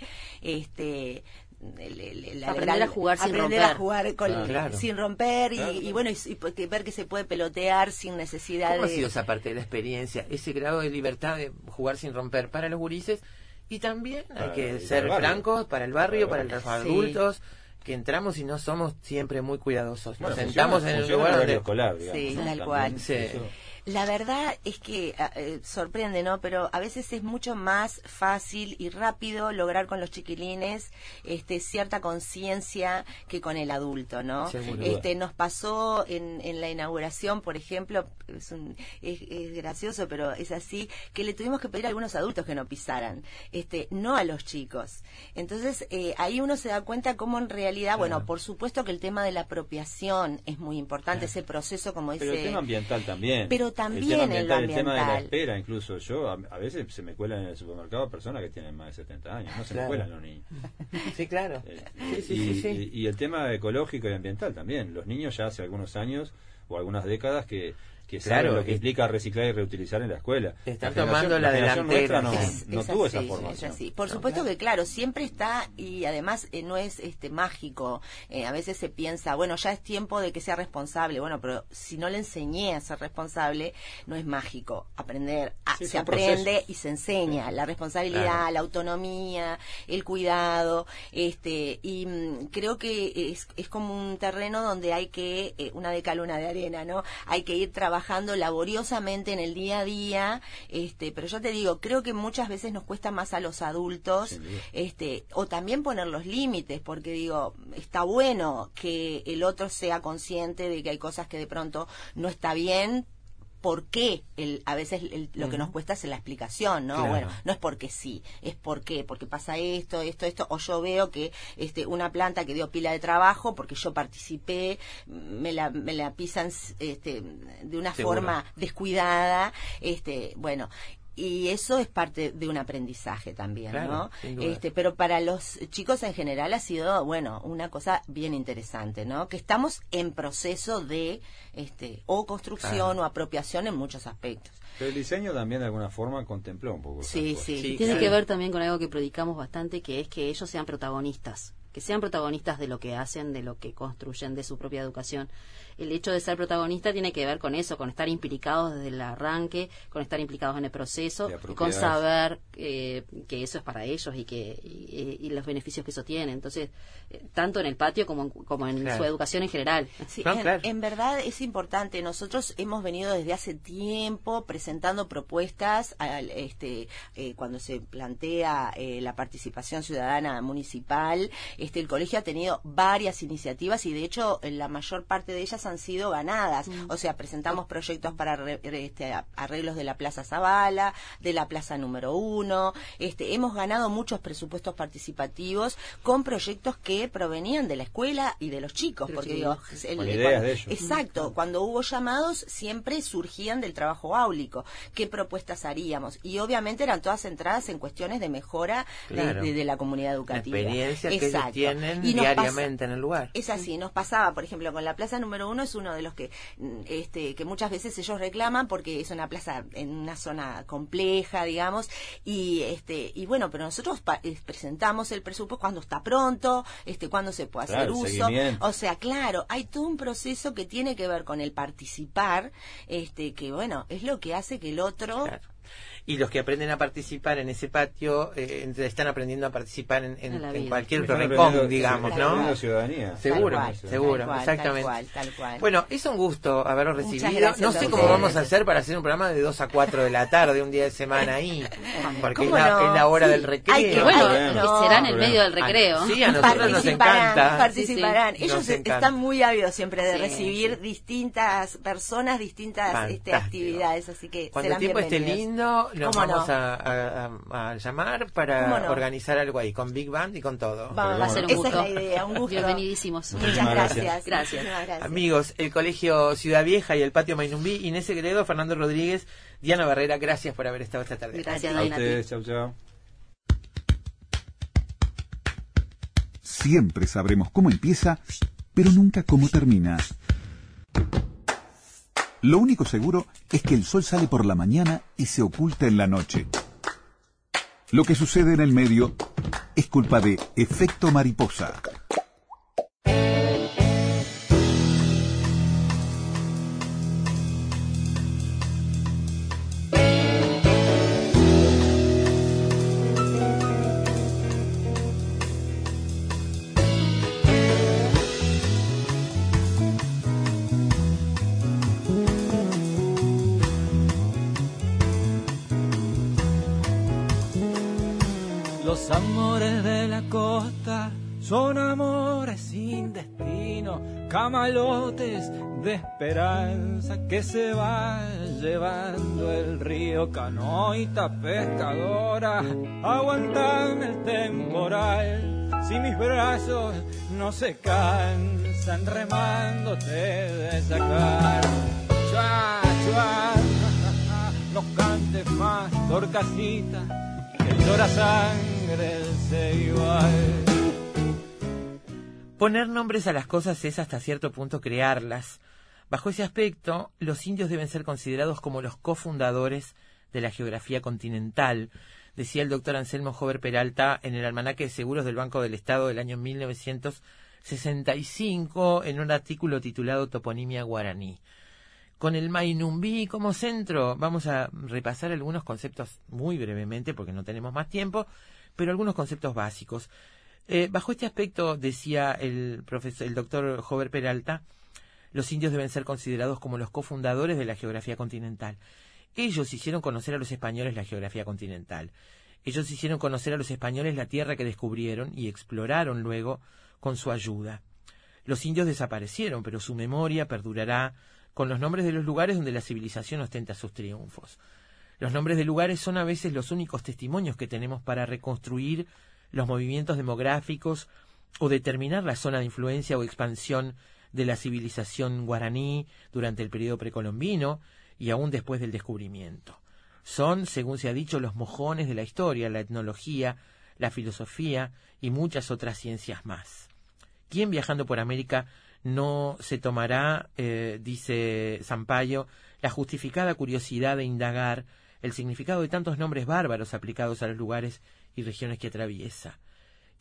Speaker 6: aprender a jugar sin romper.
Speaker 4: A jugar sin romper, y bueno, y ver que se puede pelotear sin necesidad
Speaker 2: ¿Cómo ha sido esa parte de la experiencia, ese grado de libertad de jugar sin romper para los gurises? Y también hay que ser francos, para el barrio, para los adultos, que entramos y no somos siempre muy cuidadosos. Nos sentamos en el lugar donde...
Speaker 5: escolar, digamos,
Speaker 4: sí, tal cual.
Speaker 2: Sí.
Speaker 4: La verdad es que sorprende, ¿no? Pero a veces es mucho más fácil y rápido lograr con los chiquilines cierta conciencia que con el adulto, ¿no? Nos pasó en la inauguración, por ejemplo, es gracioso, pero es así, que le tuvimos que pedir a algunos adultos que no pisaran, no a los chicos. Entonces, ahí uno se da cuenta cómo en realidad, bueno, por supuesto que el tema de la apropiación es muy importante, ese proceso, como dice...
Speaker 5: Pero el tema ambiental también.
Speaker 4: Pero también en lo ambiental.
Speaker 5: El tema de la espera, incluso yo, a veces se me cuelan en el supermercado personas que tienen más de 70 años, no se me cuelan los niños.
Speaker 2: Sí, claro.
Speaker 5: Y el tema ecológico y ambiental también. Los niños ya hace algunos años o algunas décadas que saben lo que implica reciclar y reutilizar en la escuela.
Speaker 2: Están tomando la delantera.
Speaker 5: No tuvo esa formación.
Speaker 4: Por supuesto que claro, siempre está, y además no es mágico. A veces se piensa, bueno, ya es tiempo de que sea responsable. Bueno, pero si no le enseñé a ser responsable, no es mágico. Aprender, se aprende procesos. Y se enseña. La responsabilidad, la autonomía, el cuidado, y creo que es como un terreno donde hay que, una de cal, una de arena, ¿no? Hay que ir trabajando laboriosamente en el día a día, pero yo te digo, creo que muchas veces nos cuesta más a los adultos, o también poner los límites, porque digo, está bueno que el otro sea consciente de que hay cosas que de pronto no está bien. ¿Por qué? A veces lo que nos cuesta es la explicación, ¿no? Claro. Bueno, no es porque sí, es porque pasa esto, o yo veo que una planta que dio pila de trabajo, porque yo participé, me la pisan de una forma descuidada, bueno... Y eso es parte de un aprendizaje también,
Speaker 2: claro,
Speaker 4: ¿no? Pero para los chicos en general ha sido, bueno, una cosa bien interesante, ¿no? Que estamos en proceso de o construcción o apropiación en muchos aspectos.
Speaker 5: Pero el diseño también de alguna forma contempló un poco.
Speaker 4: Sí.
Speaker 6: Tiene que ver también con algo que predicamos bastante, que es que ellos sean protagonistas que sean protagonistas de lo que hacen, de lo que construyen, de su propia educación. El hecho de ser protagonista tiene que ver con eso, con estar implicados desde el arranque, con estar implicados en el proceso, y con saber que eso es para ellos y los beneficios que eso tiene. Entonces, tanto en el patio como en su educación en general.
Speaker 4: Sí, en verdad es importante. Nosotros hemos venido desde hace tiempo presentando propuestas cuando se plantea la participación ciudadana municipal. El colegio ha tenido varias iniciativas y de hecho la mayor parte de ellas han sido ganadas. O sea, presentamos proyectos para arreglos de la Plaza Zavala, de la Plaza número 1. Hemos ganado muchos presupuestos participativos con proyectos que provenían de la escuela y de los chicos, porque
Speaker 5: ideas de ellos.
Speaker 4: Exacto, cuando hubo llamados siempre surgían del trabajo áulico. ¿Qué propuestas haríamos? Y obviamente eran todas centradas en cuestiones de mejora de la comunidad educativa.
Speaker 2: La experiencia que ellos tienen diariamente en el lugar.
Speaker 4: Es así, nos pasaba, por ejemplo, con la Plaza número 1 es uno de los que muchas veces ellos reclaman porque es una plaza en una zona compleja, digamos, y bueno, pero nosotros presentamos el presupuesto cuando está pronto, cuando se puede hacer uso.
Speaker 5: Seguimiento.
Speaker 4: O sea, claro, hay todo un proceso que tiene que ver con el participar, que bueno, es lo que hace que el otro...
Speaker 2: Claro. Y los que aprenden a participar en ese patio están aprendiendo a participar en cualquier otro rincón, digamos, ¿no?
Speaker 5: Ciudadanía.
Speaker 2: Seguro, exactamente.
Speaker 4: Tal cual.
Speaker 2: Bueno, es un gusto haberlo recibido.
Speaker 4: Gracias,
Speaker 2: no sé cómo vamos a hacer para hacer un programa de 2 a 4 de la tarde, un día de semana ahí, porque es la hora del recreo.
Speaker 6: Será en el medio del recreo.
Speaker 2: Sí, a nosotros nos encanta.
Speaker 4: Participarán.
Speaker 2: Sí,
Speaker 4: Ellos están muy ávidos siempre de recibir distintas personas, distintas actividades, así que
Speaker 2: cuando
Speaker 4: serán
Speaker 2: el tiempo esté
Speaker 4: bienvenidos.
Speaker 2: lindo, nos vamos a llamar para organizar algo ahí, con Big Band y con todo.
Speaker 6: Va a ser un gusto.
Speaker 4: Esa es la idea, un gusto.
Speaker 6: Bienvenidísimos.
Speaker 4: Muchas gracias.
Speaker 6: Gracias.
Speaker 2: Amigos, el Colegio Ciudad Vieja y el Patio Mainumbí, Inés Segredo, Fernando Rodríguez, Diana Barrera, gracias por haber estado esta tarde.
Speaker 6: Gracias,
Speaker 5: A ustedes, chau.
Speaker 1: Siempre sabremos cómo empieza, pero nunca cómo termina. Lo único seguro es que el sol sale por la mañana y se oculta en la noche. Lo que sucede en el medio es culpa de efecto mariposa.
Speaker 7: Los amores de la costa son amores sin destino, camalotes de esperanza que se va llevando el río. Canoita pescadora, aguantan el temporal, si mis brazos no se cansan remándote de sacar. Chua, chua, no cantes más, Torcasita, que llora sangre el ceibal.
Speaker 2: Poner nombres a las cosas es hasta cierto punto crearlas. Bajo ese aspecto, los indios deben ser considerados como los cofundadores de la geografía continental, decía el doctor Anselmo Jover Peralta en el Almanaque de Seguros del Banco del Estado del año 1965 en un artículo titulado Toponimia Guaraní. Con el Mainumbí como centro vamos a repasar algunos conceptos muy brevemente porque no tenemos más tiempo, pero algunos conceptos básicos. Bajo este aspecto, decía el doctor Jover Peralta, los indios deben ser considerados como los cofundadores de la geografía continental. Ellos hicieron conocer a los españoles la geografía continental. Ellos hicieron conocer a los españoles la tierra que descubrieron y exploraron luego con su ayuda. Los indios desaparecieron, pero su memoria perdurará con los nombres de los lugares donde la civilización ostenta sus triunfos. Los nombres de lugares son a veces los únicos testimonios que tenemos para reconstruir los movimientos demográficos o determinar la zona de influencia o expansión de la civilización guaraní durante el periodo precolombino y aún después del descubrimiento. Son, según se ha dicho, los mojones de la historia, la etnología, la filosofía y muchas otras ciencias más. ¿Quién viajando por América no se tomará, dice Sampaio, la justificada curiosidad de indagar el significado de tantos nombres bárbaros aplicados a los lugares y regiones que atraviesa?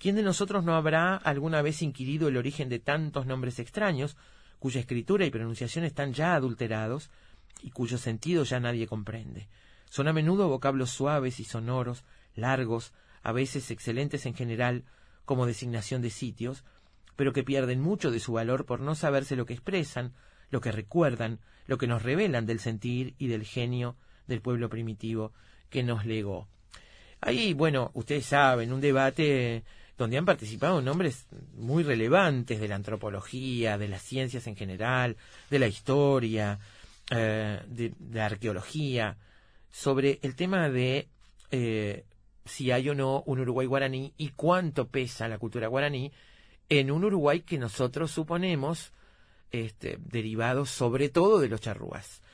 Speaker 2: ¿Quién de nosotros no habrá alguna vez inquirido el origen de tantos nombres extraños, cuya escritura y pronunciación están ya adulterados y cuyo sentido ya nadie comprende? Son a menudo vocablos suaves y sonoros, largos, a veces excelentes en general como designación de sitios, pero que pierden mucho de su valor por no saberse lo que expresan, lo que recuerdan, lo que nos revelan del sentir y del genio del pueblo primitivo que nos legó. Ahí, bueno, ustedes saben, un debate donde han participado nombres muy relevantes de la antropología, de las ciencias en general, de la historia, de la arqueología, sobre el tema de si hay o no un Uruguay guaraní y cuánto pesa la cultura guaraní en un Uruguay que nosotros suponemos derivado sobre todo de los charrúas.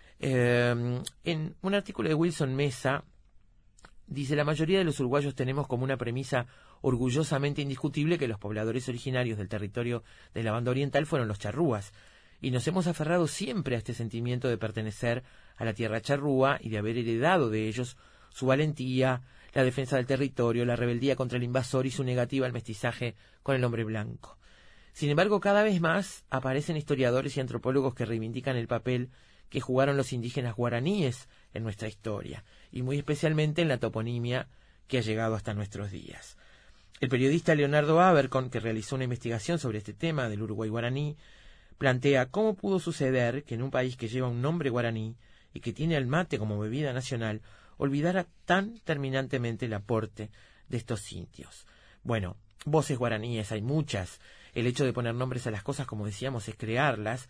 Speaker 2: En un artículo de Wilson Mesa dice: la mayoría de los uruguayos tenemos como una premisa orgullosamente indiscutible que los pobladores originarios del territorio de la banda oriental fueron los charrúas, y nos hemos aferrado siempre a este sentimiento de pertenecer a la tierra charrúa y de haber heredado de ellos su valentía, la defensa del territorio, la rebeldía contra el invasor y su negativa al mestizaje con el hombre blanco. Sin embargo, cada vez más aparecen historiadores y antropólogos que reivindican el papel que jugaron los indígenas guaraníes en nuestra historia, y muy especialmente en la toponimia que ha llegado hasta nuestros días. El periodista Leonardo Abercon, que realizó una investigación sobre este tema del Uruguay guaraní, plantea cómo pudo suceder que en un país que lleva un nombre guaraní y que tiene al mate como bebida nacional, olvidara tan terminantemente el aporte de estos indios. Bueno, voces guaraníes hay muchas. El hecho de poner nombres a las cosas, como decíamos, es crearlas.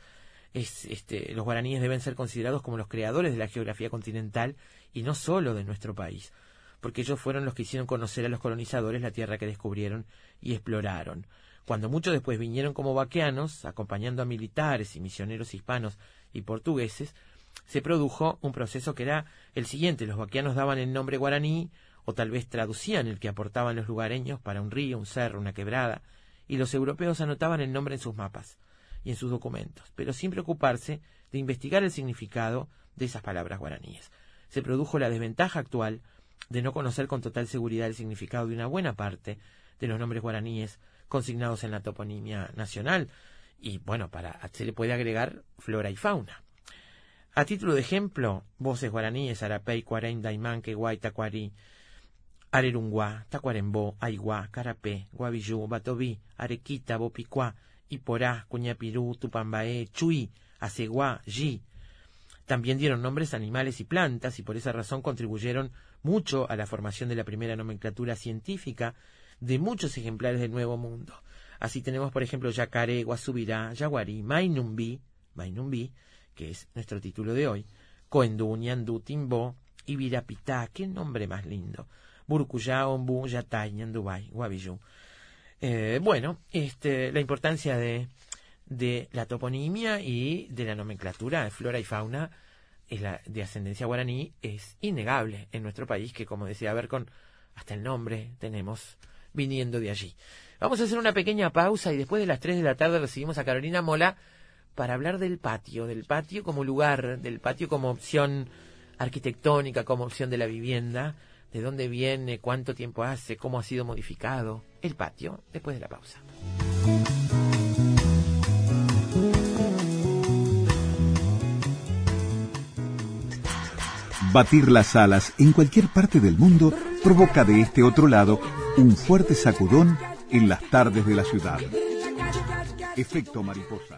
Speaker 2: Los guaraníes deben ser considerados como los creadores de la geografía continental y no solo de nuestro país, porque ellos fueron los que hicieron conocer a los colonizadores la tierra que descubrieron y exploraron. Cuando mucho después vinieron como vaqueanos, acompañando a militares y misioneros hispanos y portugueses, se produjo un proceso que era el siguiente: los vaqueanos daban el nombre guaraní, o tal vez traducían el que aportaban los lugareños para un río, un cerro, una quebrada, y los europeos anotaban el nombre en sus mapas y en sus documentos, pero sin preocuparse de investigar el significado de esas palabras guaraníes. Se produjo la desventaja actual de no conocer con total seguridad el significado de una buena parte de los nombres guaraníes consignados en la toponimia nacional, y bueno, se le puede agregar flora y fauna. A título de ejemplo, voces guaraníes: Arapey, Cuarén, Daimán, Queguay, Tacuarí, Arerunguá, Tacuarembó, Aiguá, Carapé, Guavillú, Batoví, Arequita, Bopicuá, Iporá, Cuñapirú, Tupambaé, Chuy, Aceguá, Yi. También dieron nombres a animales y plantas, y por esa razón contribuyeron mucho a la formación de la primera nomenclatura científica de muchos ejemplares del Nuevo Mundo. Así tenemos, por ejemplo, Yacaré, Guasubirá, Yaguarí, Mainumbí, que es nuestro título de hoy, Coendú, Ñandú, Timbó, Ibirapitá, qué nombre más lindo, Burucuyá, Ombú, Yatay, Ñandubay, Guavillú. La importancia de la toponimia y de la nomenclatura de flora y fauna de ascendencia guaraní es innegable en nuestro país, que, como decía Abercon, hasta el nombre tenemos viniendo de allí. Vamos a hacer una pequeña pausa y después de las 3 de la tarde recibimos a Carolina Mola para hablar del patio como lugar, del patio como opción arquitectónica, como opción de la vivienda, de dónde viene, cuánto tiempo hace, cómo ha sido modificado el patio, después de la pausa.
Speaker 1: Batir las alas en cualquier parte del mundo provoca de este otro lado un fuerte sacudón en las tardes de la ciudad. Efecto mariposa.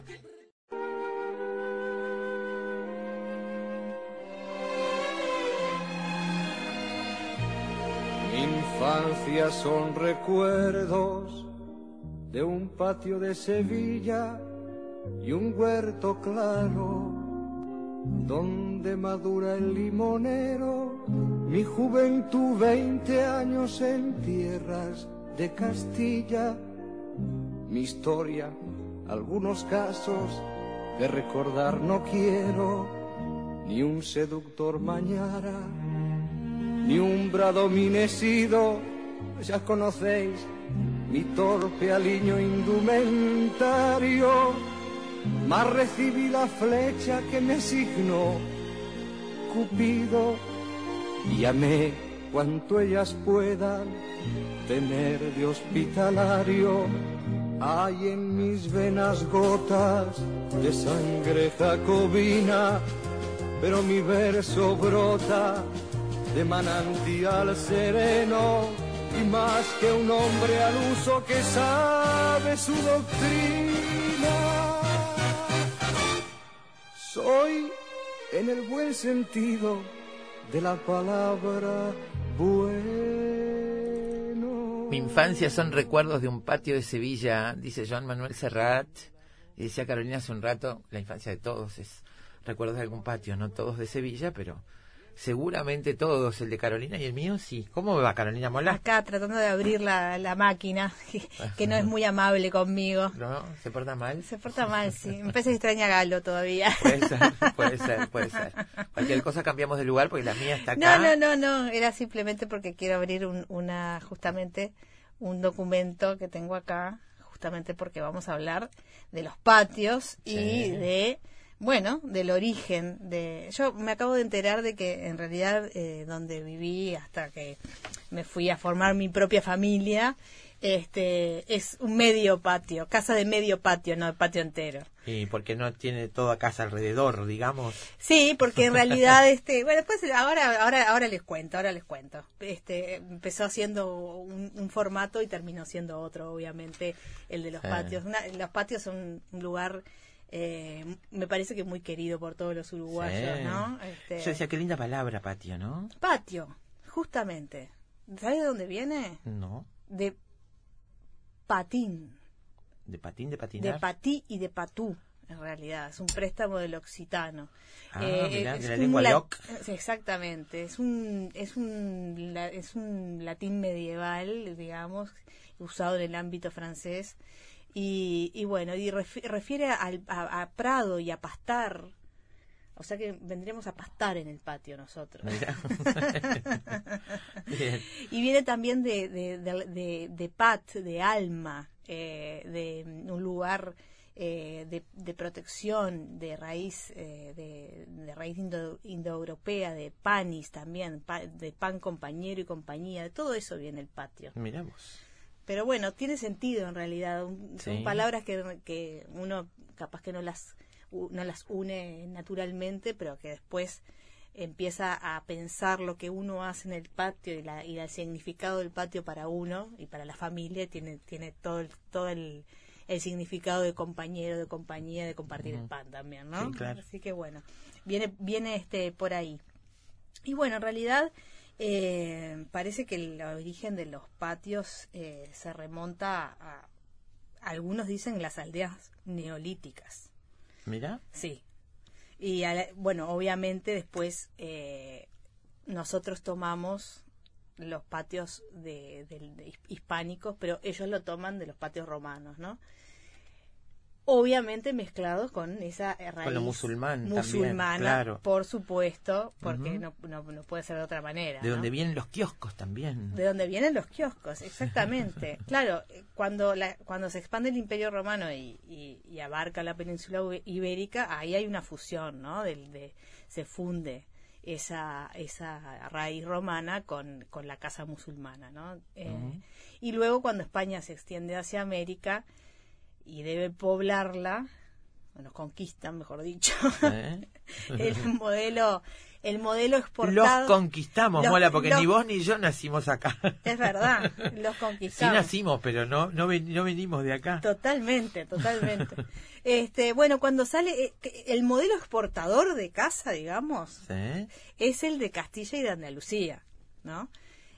Speaker 8: Mi infancia son recuerdos de un patio de Sevilla y un huerto claro donde madura el limonero. Mi juventud, 20 años en tierras de Castilla. Mi historia, algunos casos que recordar no quiero. Ni un seductor mañara, ni un bradominesido. Ya conocéis mi torpe aliño indumentario, mas recibí la flecha que me signó Cupido y amé cuanto ellas puedan tener de hospitalario. Hay en mis venas gotas de sangre jacobina, pero mi verso brota de manantial sereno, y más que un hombre al uso que sabe su doctrina, soy en el buen sentido de la palabra bueno.
Speaker 2: Mi infancia son recuerdos de un patio de Sevilla, dice Joan Manuel Serrat. Y decía Carolina hace un rato, la infancia de todos es recuerdos de algún patio, no todos de Sevilla, pero seguramente todos, el de Carolina y el mío, sí. ¿Cómo va Carolina Mola?
Speaker 9: Acá tratando de abrir la máquina, que no es muy amable conmigo.
Speaker 2: ¿No? ¿Se porta mal?
Speaker 9: Se porta mal, sí. Me parece que extraña a Galo todavía.
Speaker 2: Puede ser. Cualquier cosa cambiamos de lugar porque la mía está acá.
Speaker 9: No. Era simplemente porque quiero abrir justamente un documento que tengo acá, justamente porque vamos a hablar de los patios y del origen yo me acabo de enterar de que en realidad donde viví hasta que me fui a formar mi propia familia es un medio patio, casa de medio patio, no de patio entero.
Speaker 2: Y porque no tiene toda casa alrededor, digamos.
Speaker 9: Sí, porque en realidad después ahora les cuento. Empezó haciendo un formato y terminó siendo otro, obviamente, el de los patios. Los patios son un lugar me parece que muy querido por todos los uruguayos, ¿no?
Speaker 2: Yo decía, qué linda palabra, patio, ¿no?
Speaker 9: Patio, justamente. ¿Sabes de dónde viene?
Speaker 2: No.
Speaker 9: De patín.
Speaker 2: ¿De patín, de patinar?
Speaker 9: De patí y de patú, en realidad. Es un préstamo del occitano.
Speaker 2: Mirá, de la lengua loc.
Speaker 9: Exactamente. Es un latín medieval, digamos, usado en el ámbito francés. Y refiere a prado y a pastar. O sea que vendremos a pastar en el patio nosotros. Y viene también de pat, de alma, de un lugar de protección, de raíz indoeuropea, de panis también, de pan compañero y compañía, de todo eso viene el patio.
Speaker 2: Miramos.
Speaker 9: Pero bueno, tiene sentido en realidad. Son palabras que uno capaz que no las une naturalmente, pero que después empieza a pensar lo que uno hace en el patio y el significado del patio para uno y para la familia tiene todo el significado de compañero, de compañía, de compartir el pan también, ¿no?
Speaker 2: Sí, claro.
Speaker 9: Así que bueno, viene por ahí. Y bueno, en realidad parece que el origen de los patios se remonta a algunos dicen las aldeas neolíticas.
Speaker 2: ¿Mira?
Speaker 9: Sí. Y obviamente después nosotros tomamos los patios de hispánicos, pero ellos lo toman de los patios romanos, ¿no? Obviamente mezclados con esa raíz
Speaker 2: con lo musulmana,
Speaker 9: claro. Por supuesto, porque no puede ser de otra manera.
Speaker 2: De donde vienen los kioscos también.
Speaker 9: De donde vienen los kioscos, exactamente. Claro, cuando se expande el Imperio Romano y abarca la península ibérica, ahí hay una fusión, ¿no? Se funde esa raíz romana con la casa musulmana, ¿no? Y luego cuando España se extiende hacia América y debe poblarla, nos conquistan, mejor dicho, el modelo exportado.
Speaker 2: Los conquistamos, Mola, porque ni vos ni yo nacimos acá.
Speaker 9: Es verdad, los conquistamos.
Speaker 2: Sí nacimos, pero no venimos de acá.
Speaker 9: Totalmente. Cuando sale el modelo exportador de casa, digamos, es el de Castilla y de Andalucía, ¿no?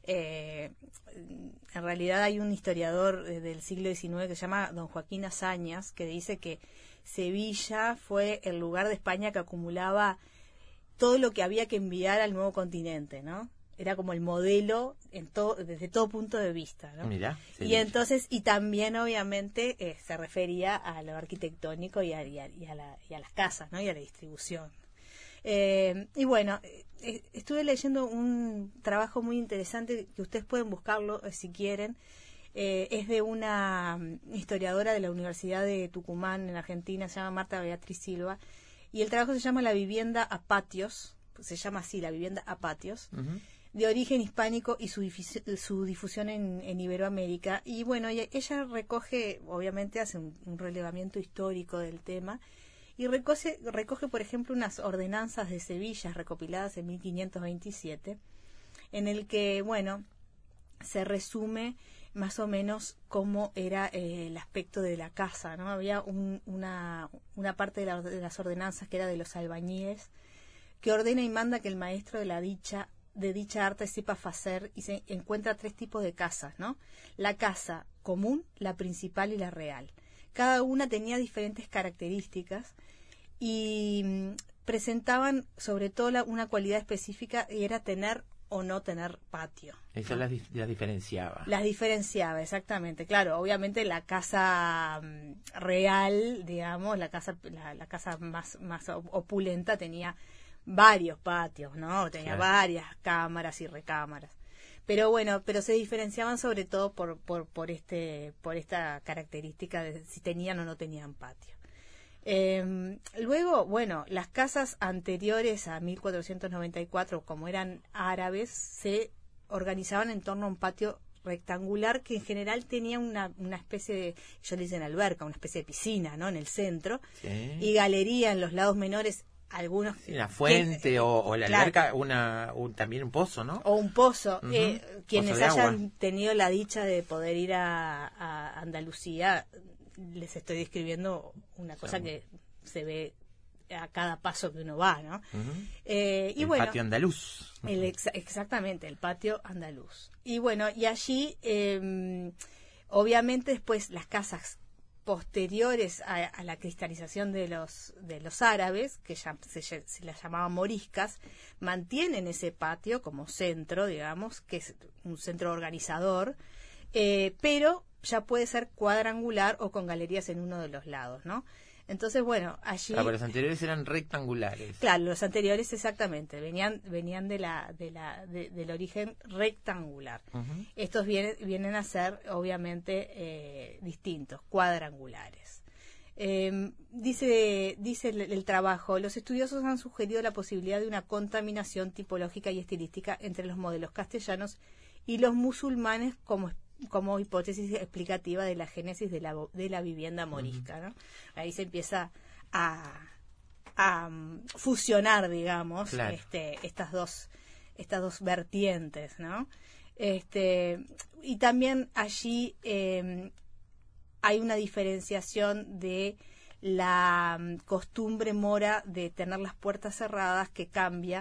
Speaker 9: En realidad hay un historiador del siglo XIX que se llama don Joaquín Azañas, que dice que Sevilla fue el lugar de España que acumulaba todo lo que había que enviar al nuevo continente, ¿no? Era como el modelo desde todo punto de vista, ¿no?
Speaker 2: Mirá,
Speaker 9: y entonces, y también obviamente se refería a lo arquitectónico y a las casas, ¿no? Y a la distribución. Estuve leyendo un trabajo muy interesante que ustedes pueden buscarlo si quieren. Es de una historiadora de la Universidad de Tucumán en Argentina, se llama Marta Beatriz Silva, y el trabajo se llama La vivienda a patios, se llama así, La vivienda a patios, de origen hispánico y su difusión en Iberoamérica. Y bueno, ella recoge, obviamente hace un relevamiento histórico del tema, y recoge, por ejemplo, unas ordenanzas de Sevilla recopiladas en 1527, en el que, bueno, se resume más o menos cómo era el aspecto de la casa, ¿no? Había una parte de las ordenanzas que era de los albañiles, que ordena y manda que el maestro de dicha arte sepa hacer, y se encuentra 3 tipos de casas, ¿no? La casa común, la principal y la real. Cada una tenía diferentes características y presentaban sobre todo una cualidad específica, y era tener o no tener patio.
Speaker 2: Eso las diferenciaba.
Speaker 9: Las diferenciaba, exactamente. Claro, obviamente la casa real, digamos, la casa más opulenta tenía varios patios, ¿no? Tenía varias cámaras y recámaras. Pero bueno, se diferenciaban sobre todo por esta característica de si tenían o no tenían patio. Luego, bueno, las casas anteriores a 1494, como eran árabes, se organizaban en torno a un patio rectangular que en general tenía una especie de, ellos le dicen alberca, una especie de piscina, ¿no? En el centro, y galería en los lados menores. Algunos,
Speaker 2: la fuente o la alberca, también un pozo, ¿no?
Speaker 9: O un pozo. Quienes
Speaker 2: pozo de
Speaker 9: hayan
Speaker 2: agua.
Speaker 9: tenido la dicha de poder ir a Andalucía, les estoy describiendo una cosa que se ve a cada paso que uno va, ¿no?
Speaker 2: El patio andaluz.
Speaker 9: Exactamente, el patio andaluz. Y bueno, y allí, obviamente después las casas posteriores a la cristalización de los árabes, que ya se las llamaban moriscas, mantienen ese patio como centro, digamos, que es un centro organizador, pero ya puede ser cuadrangular o con galerías en uno de los lados, ¿no? Entonces, bueno, allí...
Speaker 2: Pero los anteriores eran rectangulares.
Speaker 9: Claro, los anteriores exactamente, venían del origen rectangular. Estos vienen a ser, obviamente, distintos, cuadrangulares. Dice el trabajo, los estudiosos han sugerido la posibilidad de una contaminación tipológica y estilística entre los modelos castellanos y los musulmanes como hipótesis explicativa de la génesis de la vivienda morisca, ¿no? Ahí se empieza a fusionar, digamos,
Speaker 2: claro,
Speaker 9: estas dos vertientes, ¿no? Y también allí hay una diferenciación de la costumbre mora de tener las puertas cerradas, que cambia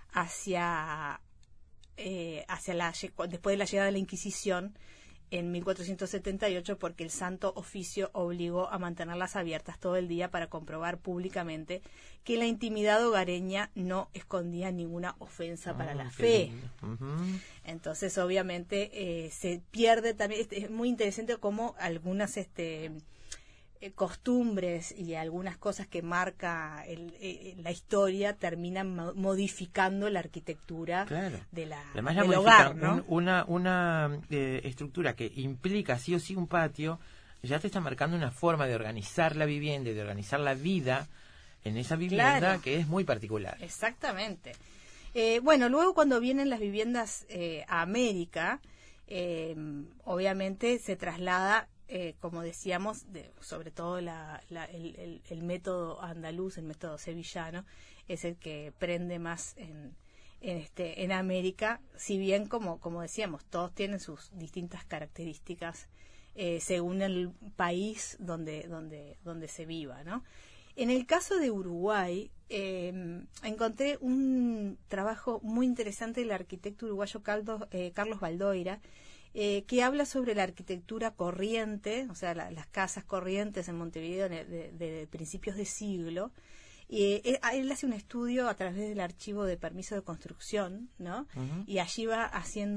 Speaker 9: después de la llegada de la Inquisición en 1478, porque el Santo Oficio obligó a mantenerlas abiertas todo el día para comprobar públicamente que la intimidad hogareña no escondía ninguna ofensa para la fe. Entonces, obviamente, se pierde también. Es muy interesante cómo algunas costumbres y algunas cosas que marca la historia terminan modificando la arquitectura, claro, del hogar, ¿no?
Speaker 2: Una estructura que implica sí o sí un patio, ya te está marcando una forma de organizar la vivienda y de organizar la vida en esa vivienda, claro, que es muy particular.
Speaker 9: Exactamente. Bueno, luego cuando vienen las viviendas a América, obviamente se traslada, como decíamos, sobre todo el método andaluz, el método sevillano, es el que prende más en América, si bien, como decíamos, todos tienen sus distintas características según el país donde se viva, ¿no? En el caso de Uruguay, encontré un trabajo muy interesante del arquitecto uruguayo Carlos Baldoira, que habla sobre la arquitectura corriente, o sea, las casas corrientes en Montevideo de principios de siglo. Él hace un estudio a través del archivo de permiso de construcción, ¿no? Y allí va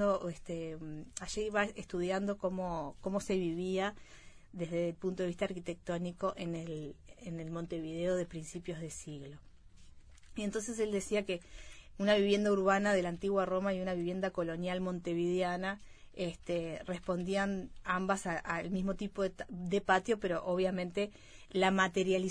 Speaker 9: estudiando cómo se vivía desde el punto de vista arquitectónico en el Montevideo de principios de siglo. Y entonces él decía que una vivienda urbana de la antigua Roma y una vivienda colonial montevideana respondían ambas al mismo tipo de patio, pero obviamente la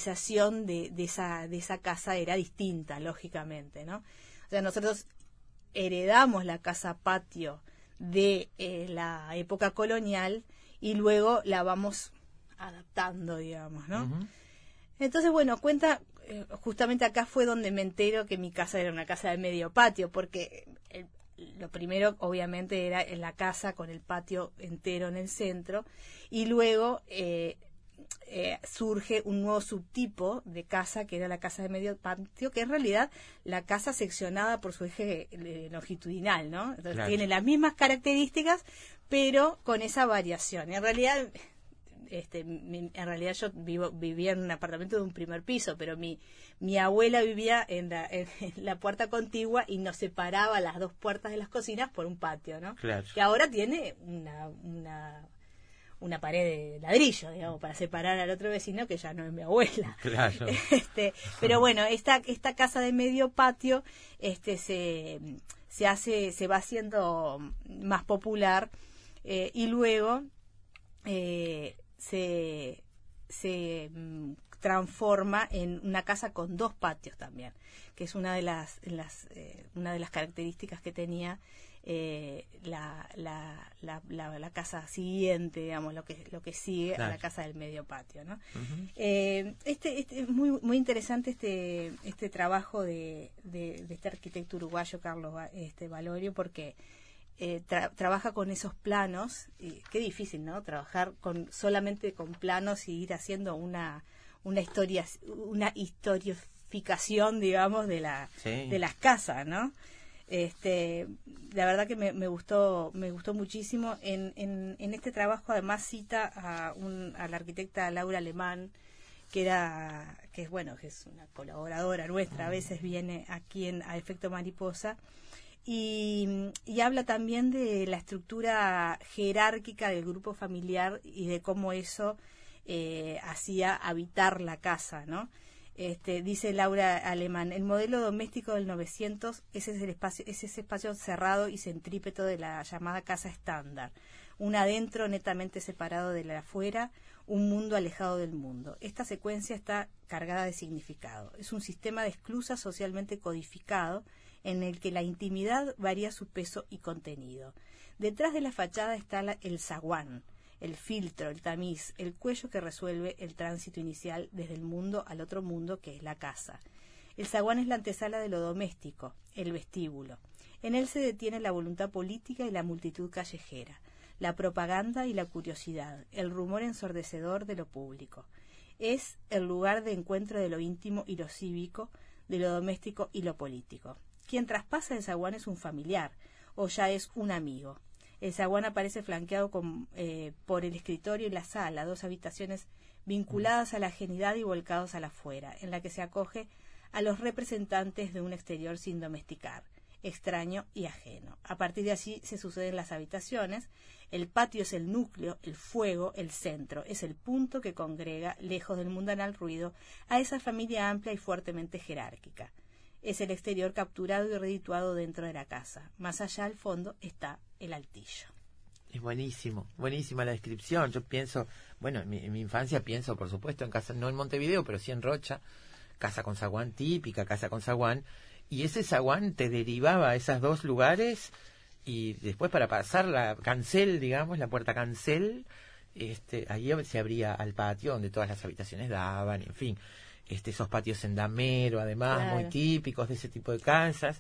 Speaker 9: materialización de esa casa era distinta, lógicamente, ¿no? O sea, nosotros heredamos la casa patio de la época colonial y luego la vamos adaptando, digamos, ¿no?
Speaker 2: Ujú.
Speaker 9: Entonces, bueno, cuenta, justamente acá fue donde me entero que mi casa era una casa de medio patio, porque lo primero, obviamente, era en la casa con el patio entero en el centro, y luego surge un nuevo subtipo de casa, que era la casa de medio patio, que en realidad la casa seccionada por su eje longitudinal, ¿no? Entonces
Speaker 2: Claro.
Speaker 9: tiene las mismas características, pero con esa variación. En realidad... en realidad yo vivía en un apartamento de un primer piso, pero mi abuela vivía en la puerta contigua y nos separaba las dos puertas de las cocinas por un patio, ¿no?
Speaker 2: Claro.
Speaker 9: Que ahora tiene una pared de ladrillo, digamos, para separar al otro vecino que ya no es mi abuela.
Speaker 2: Claro.
Speaker 9: Pero bueno, esta casa de medio patio se va haciendo más popular y luego se transforma en una casa con dos patios también, que es una de las características que tenía la casa siguiente, digamos, lo que sigue
Speaker 2: Claro.
Speaker 9: a la casa del medio patio, ¿no?
Speaker 2: Ujú.
Speaker 9: Es muy interesante este trabajo de este arquitecto uruguayo Carlos Valorio, porque trabaja con esos planos. Qué difícil, ¿no? Trabajar solamente con planos y ir haciendo una historificación, digamos, de las casas, ¿no? La verdad que me gustó muchísimo. En este trabajo además cita a la arquitecta Laura Alemán, que es una colaboradora nuestra, a veces viene aquí a Efecto Mariposa. Y habla también de la estructura jerárquica del grupo familiar y de cómo eso hacía habitar la casa, ¿no? Dice Laura Alemán, el modelo doméstico del 900 es ese espacio cerrado y centrípeto de la llamada casa estándar, un adentro netamente separado de la afuera, un mundo alejado del mundo. Esta secuencia está cargada de significado. Es un sistema de esclusas socialmente codificado en el que la intimidad varía su peso y contenido. Detrás de la fachada está el zaguán, el filtro, el tamiz, el cuello que resuelve el tránsito inicial desde el mundo al otro mundo, que es la casa. El zaguán es la antesala de lo doméstico, el vestíbulo. En él se detiene la voluntad política y la multitud callejera, la propaganda y la curiosidad, el rumor ensordecedor de lo público. Es el lugar de encuentro de lo íntimo y lo cívico, de lo doméstico y lo político. Quien traspasa el zaguán es un familiar, o ya es un amigo. El zaguán aparece flanqueado por el escritorio y la sala, dos habitaciones vinculadas a la ajenidad y volcados a la afuera, en la que se acoge a los representantes de un exterior sin domesticar, extraño y ajeno. A partir de allí se suceden las habitaciones. El patio es el núcleo, el fuego, el centro, es el punto que congrega, lejos del mundanal ruido, a esa familia amplia y fuertemente jerárquica. Es el exterior capturado y redituado dentro de la casa. Más allá, al fondo, está el altillo.
Speaker 2: Es buenísima la descripción. Yo pienso, bueno, en mi infancia pienso, por supuesto, en casa, no en Montevideo, pero sí en Rocha, casa con zaguán típica, casa con zaguán, y ese zaguán te derivaba a esos dos lugares, y después para pasar la cancel, digamos, la puerta cancel, ahí se abría al patio donde todas las habitaciones daban, en fin. Esos patios en damero, además,
Speaker 9: Claro.
Speaker 2: muy típicos de ese tipo de casas.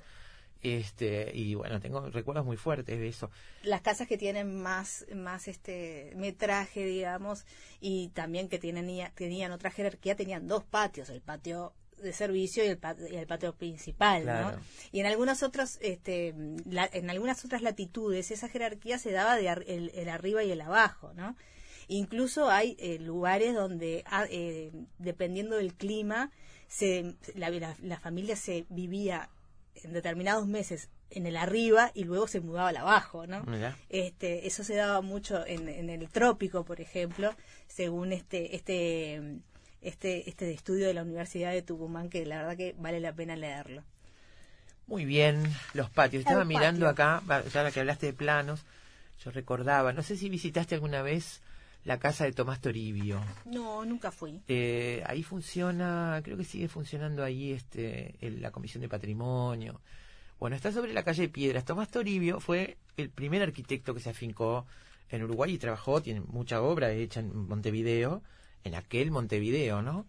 Speaker 2: Y bueno, tengo recuerdos muy fuertes de eso.
Speaker 9: Las casas que tienen más metraje, digamos, y también que tenían otra jerarquía, tenían dos patios, el patio de servicio y el patio principal,
Speaker 2: Claro.
Speaker 9: ¿no? Y en algunas otras en algunas otras latitudes esa jerarquía se daba el arriba y el abajo, ¿no? Incluso hay lugares donde, dependiendo del clima, la familia se vivía en determinados meses en el arriba y luego se mudaba al abajo, ¿no?
Speaker 2: Mirá.
Speaker 9: Eso se daba mucho en el trópico, por ejemplo, según este estudio de la Universidad de Tucumán, que la verdad que vale la pena leerlo.
Speaker 2: Muy bien, los patios. Estaba
Speaker 9: El
Speaker 2: mirando
Speaker 9: patio.
Speaker 2: acá, ya que hablaste de planos, yo recordaba, no sé si visitaste alguna vez la casa de Tomás Toribio.
Speaker 9: No, nunca fui.
Speaker 2: Ahí funciona, creo que sigue funcionando ahí la Comisión de Patrimonio. Bueno, está sobre la calle Piedras. Tomás Toribio fue el primer arquitecto que se afincó en Uruguay y trabajó, tiene mucha obra hecha en Montevideo, en aquel Montevideo, ¿no?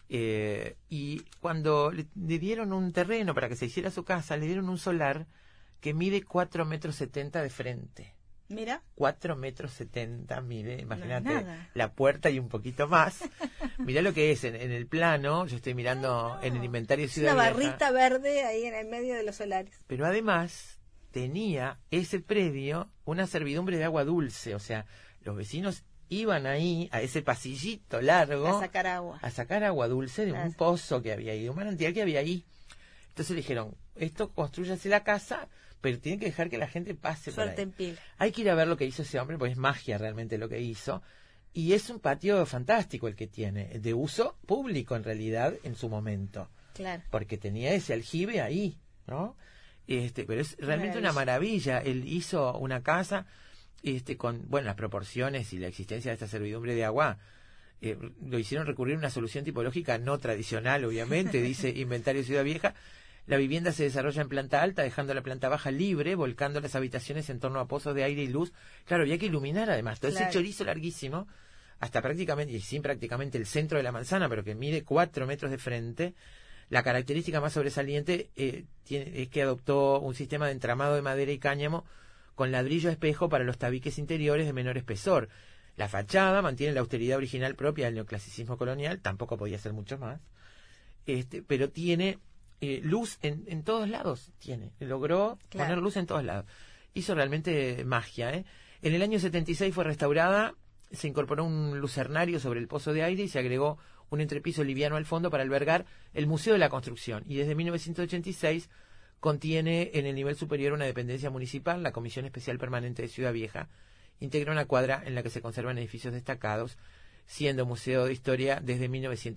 Speaker 2: Y cuando le dieron un terreno para que se hiciera su casa, le dieron un solar que mide 4,70 metros de frente.
Speaker 9: Mira.
Speaker 2: 4,70 metros mide, imagínate,
Speaker 9: no es nada.
Speaker 2: la puerta y un poquito más. Mirá lo que es en el plano, yo estoy mirando en el inventario de
Speaker 9: Es
Speaker 2: Ciudad
Speaker 9: una
Speaker 2: Vieja.
Speaker 9: barrita verde ahí en el medio de los solares.
Speaker 2: Pero además tenía ese predio una servidumbre de agua dulce, o sea, los vecinos iban ahí a ese pasillito largo
Speaker 9: A sacar agua.
Speaker 2: a sacar agua dulce de
Speaker 9: Claro.
Speaker 2: un pozo que había ahí, de un manantial que había ahí. Entonces le dijeron, esto construyase la casa, pero tiene que dejar que la gente pase por
Speaker 9: Suerte
Speaker 2: ahí.
Speaker 9: en pila.
Speaker 2: Hay que ir a ver lo que hizo ese hombre, porque es magia realmente lo que hizo. Y es un patio fantástico el que tiene, de uso público en realidad en su momento,
Speaker 9: Claro.
Speaker 2: porque tenía ese aljibe ahí, ¿no? Pero es realmente una
Speaker 9: Maravilla.
Speaker 2: maravilla. Él hizo una casa con, bueno, las proporciones y la existencia de esta servidumbre de agua. Lo hicieron recurrir a una solución tipológica no tradicional, obviamente, dice Inventario Ciudad Vieja. La vivienda se desarrolla en planta alta, dejando la planta baja libre, volcando las habitaciones en torno a pozos de aire y luz. Claro, había que iluminar además. Todo
Speaker 9: Claro.
Speaker 2: ese chorizo larguísimo, hasta prácticamente, y sin prácticamente el centro de la manzana, pero que mide 4 metros de frente. La característica más sobresaliente es que adoptó un sistema de entramado de madera y cáñamo con ladrillo espejo para los tabiques interiores de menor espesor. La fachada mantiene la austeridad original propia del neoclasicismo colonial, tampoco podía ser mucho más, pero tiene luz en todos lados, logró
Speaker 9: Claro.
Speaker 2: poner luz en todos lados. Hizo realmente magia, ¿eh? En el año 76 fue restaurada, se incorporó un lucernario sobre el pozo de aire y se agregó un entrepiso liviano al fondo para albergar el Museo de la Construcción. Y desde 1986 contiene en el nivel superior una dependencia municipal, la Comisión Especial Permanente de Ciudad Vieja. Integra una cuadra en la que se conservan edificios destacados, siendo Museo de Historia desde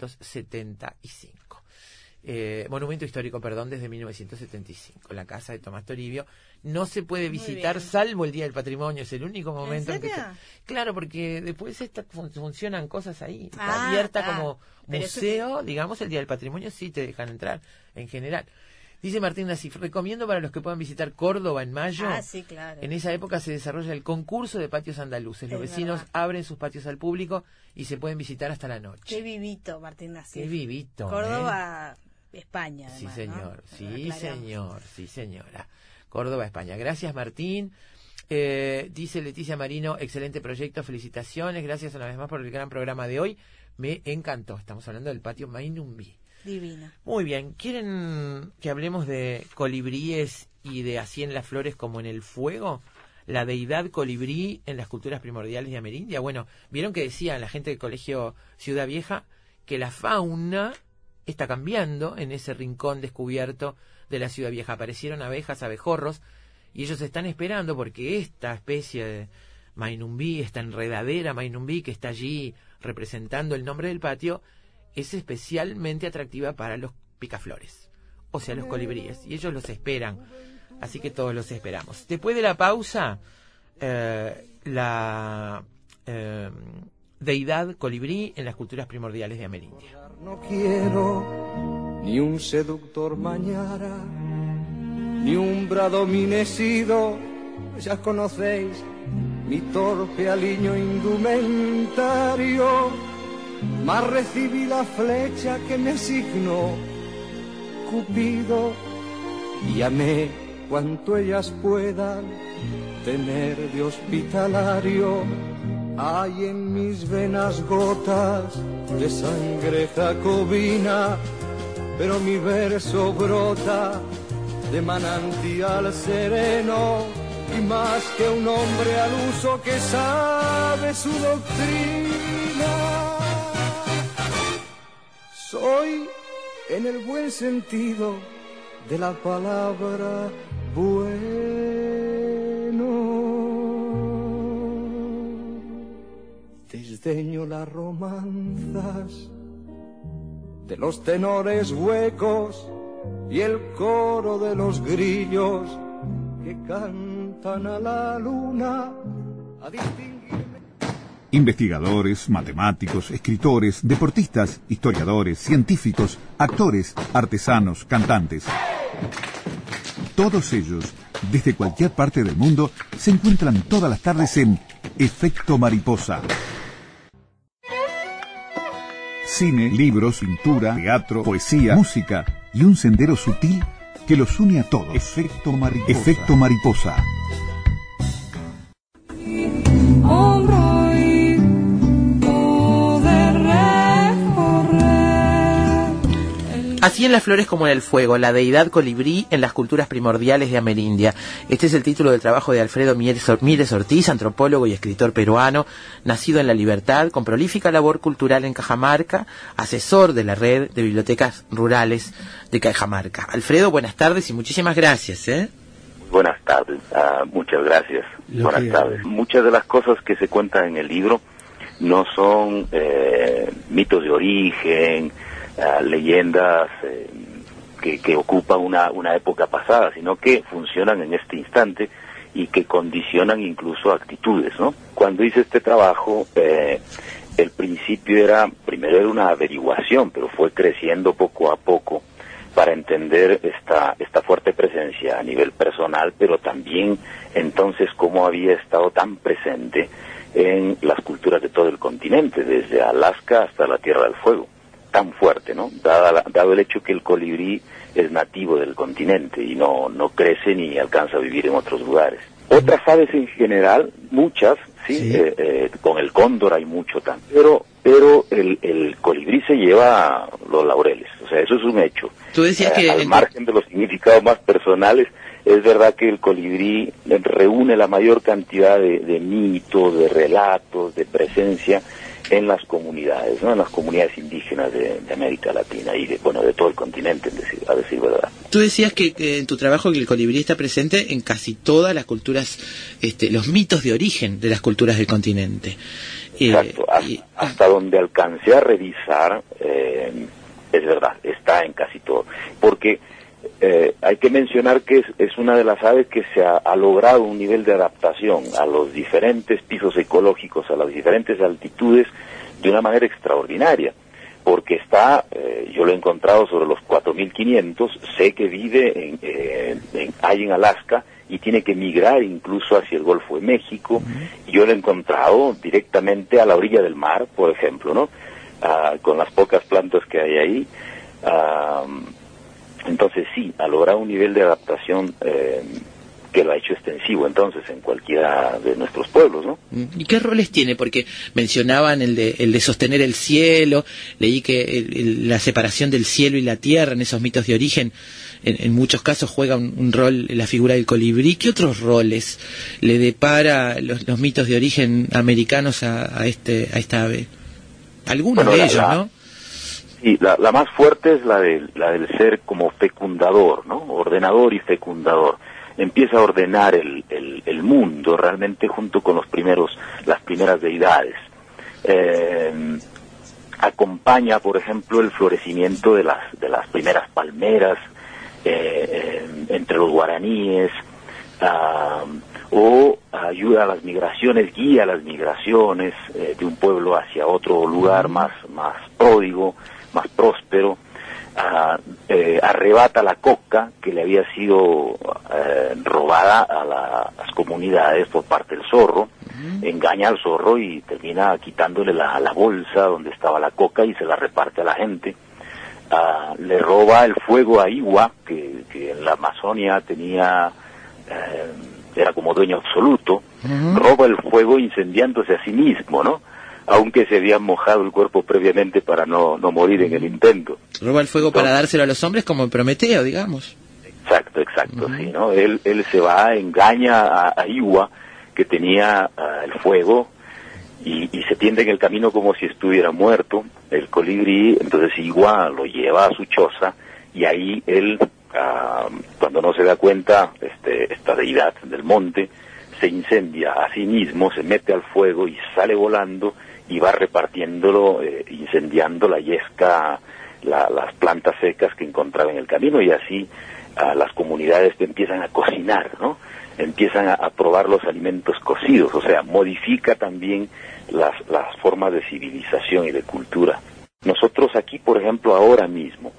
Speaker 2: 1975. Monumento histórico, perdón, desde 1975. La casa de Tomás Toribio no se puede
Speaker 9: Muy
Speaker 2: visitar
Speaker 9: bien.
Speaker 2: salvo el Día del Patrimonio, es el único momento en que
Speaker 9: serio?
Speaker 2: claro, porque después funcionan cosas ahí, está
Speaker 9: Ah,
Speaker 2: abierta
Speaker 9: está.
Speaker 2: como
Speaker 9: Pero eso
Speaker 2: museo, digamos, el Día del Patrimonio sí te dejan entrar en general. Dice Martín Nasif, recomiendo para los que puedan visitar Córdoba en mayo.
Speaker 9: Ah, sí, claro.
Speaker 2: En esa época se desarrolla el concurso de patios andaluces. Los
Speaker 9: Es
Speaker 2: vecinos
Speaker 9: verdad.
Speaker 2: abren sus patios al público y se pueden visitar hasta la
Speaker 9: Qué
Speaker 2: noche.
Speaker 9: vivito, Martín Nasif.
Speaker 2: Qué vivito.
Speaker 9: Córdoba, España,
Speaker 2: Sí,
Speaker 9: además,
Speaker 2: señor.
Speaker 9: ¿no?
Speaker 2: Sí,
Speaker 9: Aclaramos.
Speaker 2: señor. Sí, señora. Córdoba, España. Gracias, Martín. Dice Leticia Marino, excelente proyecto, felicitaciones. Gracias una vez más por el gran programa de hoy. Me encantó. Estamos hablando del patio Mainumbi.
Speaker 9: Divino.
Speaker 2: Muy bien. ¿Quieren que hablemos de colibríes y de así en las flores como en el fuego? La deidad colibrí en las culturas primordiales de Amerindia. Bueno, vieron que decía la gente del Colegio Ciudad Vieja que la fauna está cambiando en ese rincón descubierto de la Ciudad Vieja. Aparecieron abejas, abejorros, y ellos están esperando porque esta especie de Mainumbi, esta enredadera Mainumbi que está allí representando el nombre del patio, es especialmente atractiva para los picaflores, o sea, los colibríes, y ellos los esperan, así que todos los esperamos. Después de la pausa, la deidad colibrí en las culturas primordiales de Amerindia.
Speaker 8: No quiero ni un seductor mañara, ni un bradominesido. Ya conocéis mi torpe aliño indumentario, mas recibí la flecha que me asignó Cupido y amé cuanto ellas puedan tener de hospitalario. Hay en mis venas gotas de sangre jacobina, pero mi verso brota de manantial sereno, y más que un hombre al uso que sabe su doctrina, soy en el buen sentido de la palabra bueno. Desdeño las romanzas de los tenores huecos y el coro de los grillos que cantan a la luna a distinguirme.
Speaker 1: Investigadores, matemáticos, escritores, deportistas, historiadores, científicos, actores, artesanos, cantantes. Todos ellos, desde cualquier parte del mundo, se encuentran todas las tardes en Efecto Mariposa. Cine, libros, pintura, teatro, poesía, música y un sendero sutil que los une a todos. Efecto Mariposa. Efecto Mariposa.
Speaker 2: Así en las flores como en el fuego, la deidad colibrí en las culturas primordiales de Amerindia. Este es el título del trabajo de Alfredo Mieres Ortiz, antropólogo y escritor peruano, nacido en La Libertad, con prolífica labor cultural en Cajamarca, asesor de la red de bibliotecas rurales de Cajamarca. Alfredo, buenas tardes y muchísimas gracias.
Speaker 10: Buenas tardes, muchas gracias. Buenas tardes. Muchas de las cosas que se cuentan en el libro no son mitos de origen, leyendas que ocupan una época pasada, sino que funcionan en este instante y que condicionan incluso actitudes, ¿no? Cuando hice este trabajo, el principio primero era una averiguación, pero fue creciendo poco a poco para entender esta fuerte presencia a nivel personal, pero también entonces cómo había estado tan presente en las culturas de todo el continente, desde Alaska hasta la Tierra del Fuego. Tan fuerte, ¿no? Dado el hecho que el colibrí es nativo del continente y no crece ni alcanza a vivir en otros lugares. Otras aves en general, muchas, sí. Con el cóndor hay mucho también, pero el colibrí se lleva los laureles, o sea, eso es un hecho.
Speaker 2: Tú decías que
Speaker 10: al margen de los significados más personales, es verdad que el colibrí reúne la mayor cantidad de mitos, de relatos, de presencia en las comunidades, ¿no? En las comunidades indígenas de América Latina y de todo el continente, a decir verdad.
Speaker 2: Tú decías que en tu trabajo que el colibrí está presente en casi todas las culturas, los mitos de origen de las culturas del continente.
Speaker 10: Exacto, hasta donde alcancé a revisar, es verdad, está en casi todo, porque hay que mencionar que es una de las aves que se ha logrado un nivel de adaptación a los diferentes pisos ecológicos, a las diferentes altitudes, de una manera extraordinaria, porque yo lo he encontrado sobre los 4.500, sé que vive hay en Alaska y tiene que migrar incluso hacia el Golfo de México, y yo lo he encontrado directamente a la orilla del mar, por ejemplo, ¿no? Con las pocas plantas que hay ahí. Entonces sí, ha logrado un nivel de adaptación que lo ha hecho extensivo entonces en cualquiera de nuestros pueblos, ¿no?
Speaker 2: ¿Y qué roles tiene? Porque mencionaban el de sostener el cielo, leí que la separación del cielo y la tierra en esos mitos de origen, en muchos casos juega un rol la figura del colibrí. ¿Qué otros roles le depara los mitos de origen americanos a esta ave? Algunos de ellos, ¿no?
Speaker 10: Sí, la más fuerte es la del ser como fecundador, ¿no? Ordenador y fecundador. Empieza a ordenar el mundo realmente junto con las primeras deidades. Acompaña, por ejemplo, el florecimiento de las primeras palmeras entre los guaraníes, o ayuda a las migraciones, guía las migraciones de un pueblo hacia otro lugar más pródigo, más próspero. Arrebata la coca que le había sido robada a las comunidades por parte del zorro, engaña al zorro y termina quitándole la bolsa donde estaba la coca y se la reparte a la gente. Le roba el fuego a Iwa, que en la Amazonia era como dueño absoluto, roba el fuego incendiándose a sí mismo, ¿no? Aunque se había mojado el cuerpo previamente para no morir en el intento.
Speaker 2: Roba el fuego para dárselo a los hombres como Prometeo, digamos.
Speaker 10: Exacto, sí, ¿no? Él se va, engaña a Iwa, que tenía el fuego, y se tiende en el camino como si estuviera muerto, el colibrí. Entonces Iwa lo lleva a su choza, y ahí él, cuando no se da cuenta, esta deidad del monte, se incendia a sí mismo, se mete al fuego y sale volando, y va repartiéndolo, incendiando la yesca, las plantas secas que encontraba en el camino, y así las comunidades empiezan a cocinar, ¿no? Empiezan a probar los alimentos cocidos, o sea, modifica también las formas de civilización y de cultura. Nosotros aquí, por ejemplo, ahora mismo,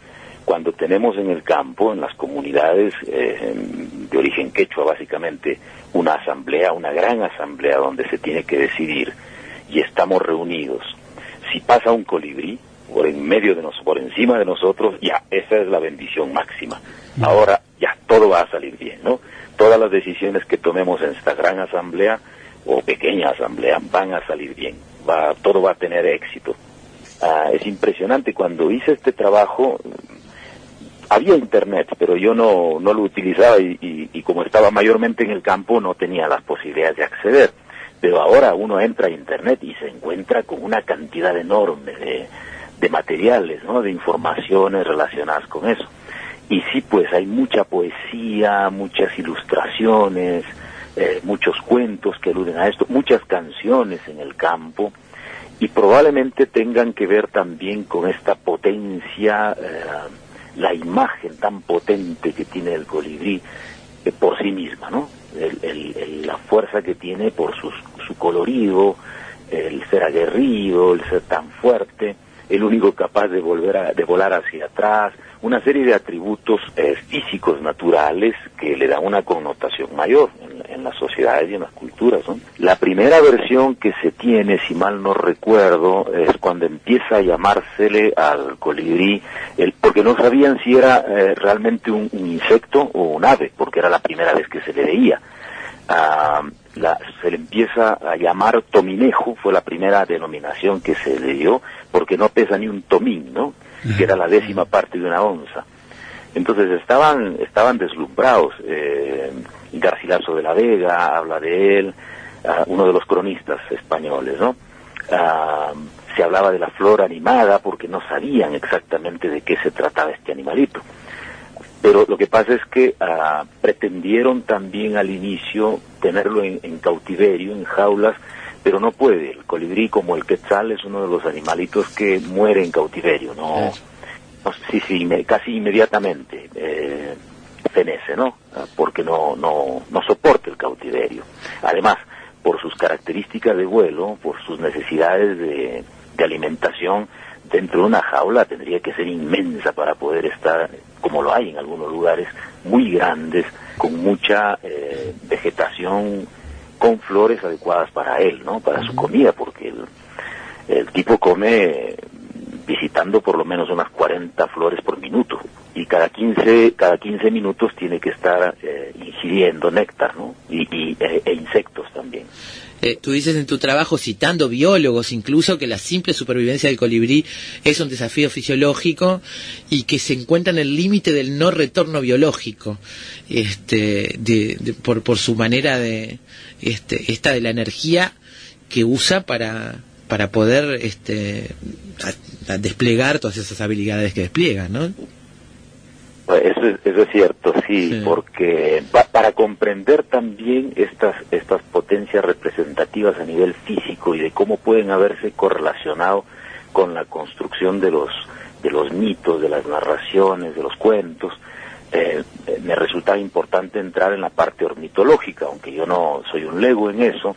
Speaker 10: cuando tenemos en el campo, en las comunidades de origen quechua básicamente, una asamblea, una gran asamblea donde se tiene que decidir y estamos reunidos, si pasa un colibrí por en medio de nosotros, por encima de nosotros, ya, esa es la bendición máxima. Ahora ya todo va a salir bien, ¿no? Todas las decisiones que tomemos en esta gran asamblea o pequeña asamblea van a salir bien, todo va a tener éxito. Es impresionante, cuando hice este trabajo había internet, pero yo no lo utilizaba y como estaba mayormente en el campo no tenía las posibilidades de acceder, pero ahora uno entra a internet y se encuentra con una cantidad enorme de materiales, ¿no? De informaciones relacionadas con eso. Y sí, pues hay mucha poesía, muchas ilustraciones, muchos cuentos que aluden a esto, muchas canciones en el campo, y probablemente tengan que ver también con esta potencia, la imagen tan potente que tiene el colibrí por sí misma, ¿no? La fuerza que tiene por su colorido, el ser aguerrido, el ser tan fuerte, el único capaz de volar hacia atrás, una serie de atributos físicos naturales que le dan una connotación mayor en las sociedades y en las culturas, ¿no? La primera versión que se tiene, si mal no recuerdo, es cuando empieza a llamársele al colibrí, porque no sabían si era realmente un insecto o un ave, porque era la primera vez que se le veía. Se le empieza a llamar tominejo, fue la primera denominación que se le dio, porque no pesa ni un tomín, ¿no? Que era la 10ª parte de una onza. Entonces estaban deslumbrados. Garcilaso de la Vega habla de él, uno de los cronistas españoles, ¿no? Se hablaba de la flor animada porque no sabían exactamente de qué se trataba este animalito. Pero lo que pasa es que pretendieron también al inicio tenerlo en cautiverio, en jaulas, pero no puede. El colibrí, como el quetzal, es uno de los animalitos que muere en cautiverio, ¿no? Casi inmediatamente fenece, ¿no? Porque no soporta el cautiverio. Además, por sus características de vuelo, por sus necesidades de alimentación, dentro de una jaula tendría que ser inmensa para poder estar, como lo hay en algunos lugares, muy grandes, con mucha vegetación, con flores adecuadas para él, ¿no? Para su comida, porque el tipo come visitando por lo menos unas 40 flores por minuto, y cada 15 minutos tiene que estar ingiriendo néctar, ¿no? E insectos también.
Speaker 2: Tú dices en tu trabajo, citando biólogos incluso, que la simple supervivencia del colibrí es un desafío fisiológico y que se encuentra en el límite del no retorno biológico, por su manera de de la energía que usa para poder a desplegar todas esas habilidades que despliega, ¿no?
Speaker 10: Eso es cierto, sí, porque para comprender también estas potencias representativas a nivel físico y de cómo pueden haberse correlacionado con la construcción de los mitos, de las narraciones, de los cuentos, me resultaba importante entrar en la parte ornitológica, aunque yo no soy un lego en eso,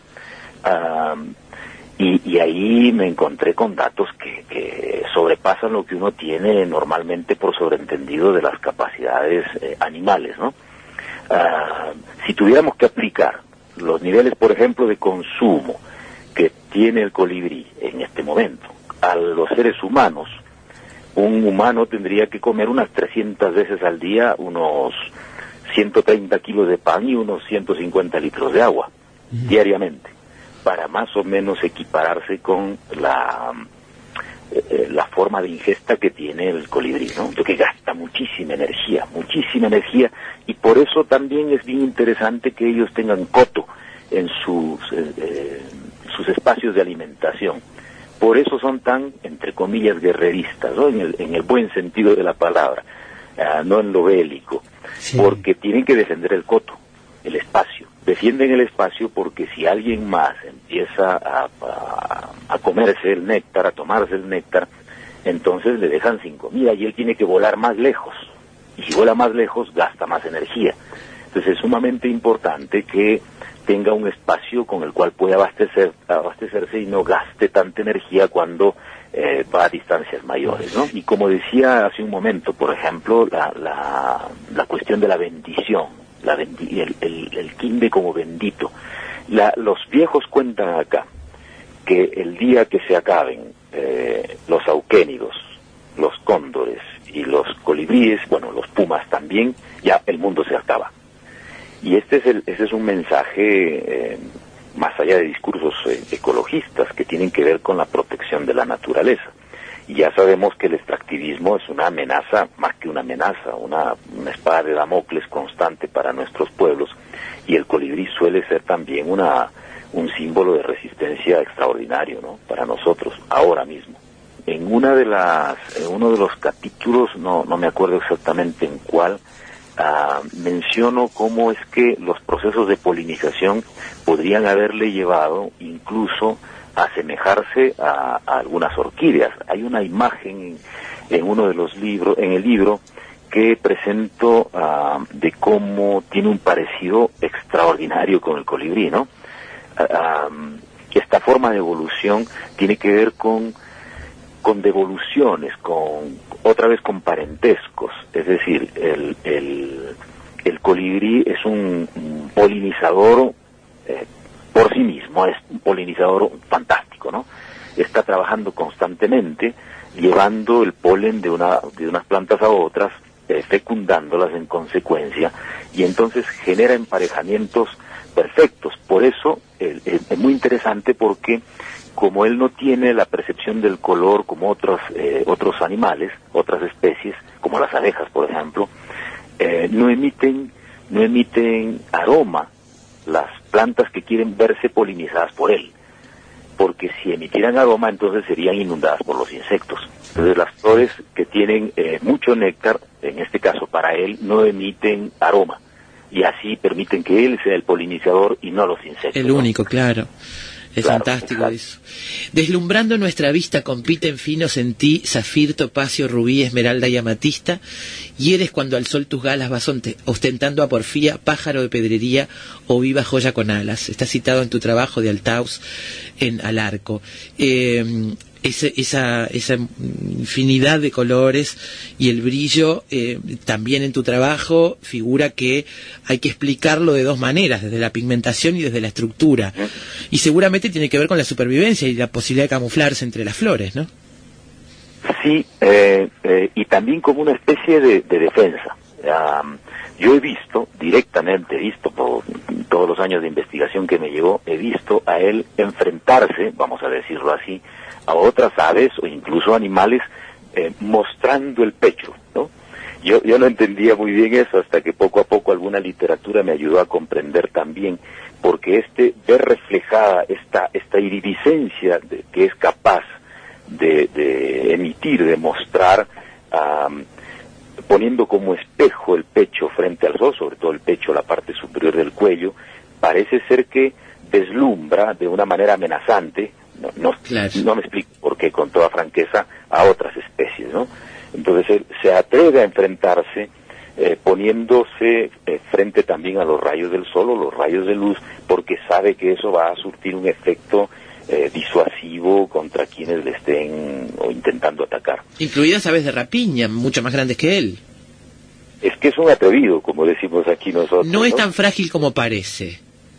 Speaker 10: y ahí me encontré con datos que sobrepasan lo que uno tiene normalmente por sobreentendido de las capacidades animales, ¿no? Si tuviéramos que aplicar los niveles, por ejemplo, de consumo que tiene el colibrí en este momento a los seres humanos, un humano tendría que comer unas 300 veces al día, unos 130 kilos de pan y unos 150 litros de agua diariamente, para más o menos equipararse con la forma de ingesta que tiene el colibrí, ¿no? Lo que gasta muchísima energía, y por eso también es bien interesante que ellos tengan coto en sus espacios de alimentación. Por eso son tan, entre comillas, guerreristas, ¿no? En el buen sentido de la palabra, no en lo bélico, porque tienen que defender el coto, el espacio. Defienden el espacio porque si alguien más empieza a comerse el néctar, a tomarse el néctar, entonces le dejan sin comida y él tiene que volar más lejos. Y si vuela más lejos, gasta más energía. Entonces es sumamente importante que tenga un espacio con el cual pueda abastecerse y no gaste tanta energía cuando va a distancias mayores, ¿no? Y como decía hace un momento, por ejemplo, la cuestión de la bendición, el quimbe como bendito. Los viejos cuentan acá que el día que se acaben los auquénidos, los cóndores y los colibríes, bueno, los pumas también, ya el mundo se acaba. Y ese es un mensaje más allá de discursos ecologistas que tienen que ver con la protección de la naturaleza. Y ya sabemos que el extractivismo es una amenaza, más que una amenaza, una espada de Damocles constante para nuestros pueblos, y el colibrí suele ser también un símbolo de resistencia extraordinario, ¿no?, para nosotros, ahora mismo. En uno de los capítulos, no me acuerdo exactamente en cuál, menciono cómo es que los procesos de polinización podrían haberle llevado incluso a asemejarse a algunas orquídeas. Hay una imagen en uno de los libros, en el libro, que presento de cómo tiene un parecido extraordinario con el colibrí, ¿no? Esta forma de evolución tiene que ver con devoluciones, otra vez con parentescos, es decir, el colibrí es un polinizador por sí mismo, es un polinizador fantástico, ¿no? Está trabajando constantemente, llevando el polen de unas plantas a otras, fecundándolas en consecuencia, y entonces genera emparejamientos perfectos. Por eso es muy interesante, porque como él no tiene la percepción del color como otros animales, otras especies, como las abejas, por ejemplo, no emiten aroma las plantas que quieren verse polinizadas por él, porque si emitieran aroma, entonces serían inundadas por los insectos. Entonces las flores que tienen mucho néctar, en este caso para él, no emiten aroma, y así permiten que él sea el polinizador y no los insectos.
Speaker 2: El único, claro. Es
Speaker 10: claro,
Speaker 2: fantástico
Speaker 10: exacto.
Speaker 2: eso. Deslumbrando nuestra vista compiten finos en ti, zafir, topacio, rubí, esmeralda y amatista, y eres cuando al sol tus galas vas ostentando a porfía, pájaro de pedrería o viva joya con alas. Está citado en tu trabajo de Althaus en Al Arco. Esa infinidad de colores y el brillo también en tu trabajo figura que hay que explicarlo de dos maneras, desde la pigmentación y desde la estructura, y seguramente tiene que ver con la supervivencia y la posibilidad de camuflarse entre las flores, ¿no?
Speaker 10: Sí, y también como una especie de defensa. Yo he visto, directamente visto por todos los años de investigación que me llevó, he visto a él enfrentarse, vamos a decirlo así, a otras aves o incluso animales, mostrando el pecho, ¿no? Yo no entendía muy bien eso hasta que poco a poco alguna literatura me ayudó a comprender también, porque ver reflejada esta iridiscencia que es capaz de emitir, de mostrar, poniendo como espejo el pecho frente al sol, sobre todo el pecho, la parte superior del cuello, parece ser que deslumbra de una manera amenazante.
Speaker 2: Claro.
Speaker 10: No me explico por qué, con toda franqueza, a otras especies, ¿no? Entonces él se atreve a enfrentarse, poniéndose frente también a los rayos del sol o los rayos de luz, porque sabe que eso va a surtir un efecto disuasivo contra quienes le estén intentando atacar.
Speaker 2: Incluidas aves de rapiña, mucho más grandes que él.
Speaker 10: Es que es un atrevido, como decimos aquí nosotros.
Speaker 2: No es tan frágil como parece.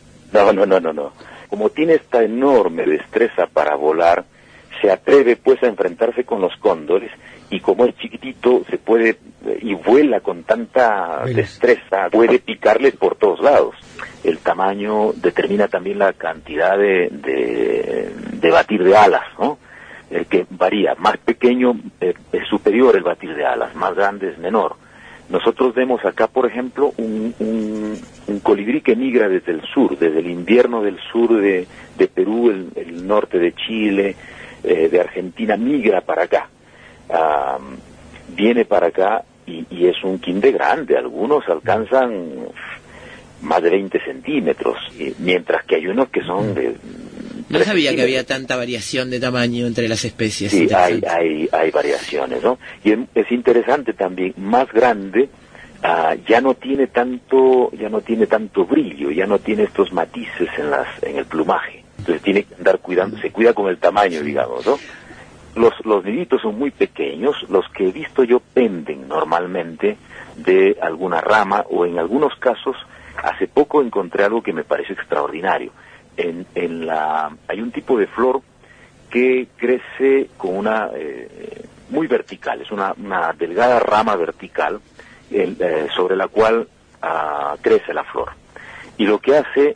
Speaker 10: No. Como tiene esta enorme destreza para volar, se atreve pues a enfrentarse con los cóndores, y como es chiquitito, se puede, y vuela con tanta destreza, puede picarles por todos lados. El tamaño determina también la cantidad de batir de alas, ¿no? Que varía, más pequeño es superior el batir de alas, más grande es menor. Nosotros vemos acá, por ejemplo, un colibrí que migra desde el sur, desde el invierno del sur de Perú, el norte de Chile, de Argentina, migra para acá. Viene para acá y es un quinde grande, algunos alcanzan más de 20 centímetros, mientras que hay unos que son de...
Speaker 2: No sabía que había tanta variación de tamaño entre las especies.
Speaker 10: Sí, hay variaciones, ¿no? Y es interesante también, más grande, ya no tiene tanto brillo, ya no tiene estos matices en el plumaje. Entonces tiene que andar cuidando, se cuida con el tamaño, digamos, ¿no? Los niditos son muy pequeños, los que he visto yo penden normalmente de alguna rama, o en algunos casos, hace poco encontré algo que me pareció extraordinario. Hay un tipo de flor que crece con una muy vertical, es una delgada rama vertical sobre la cual crece la flor. Y lo que hace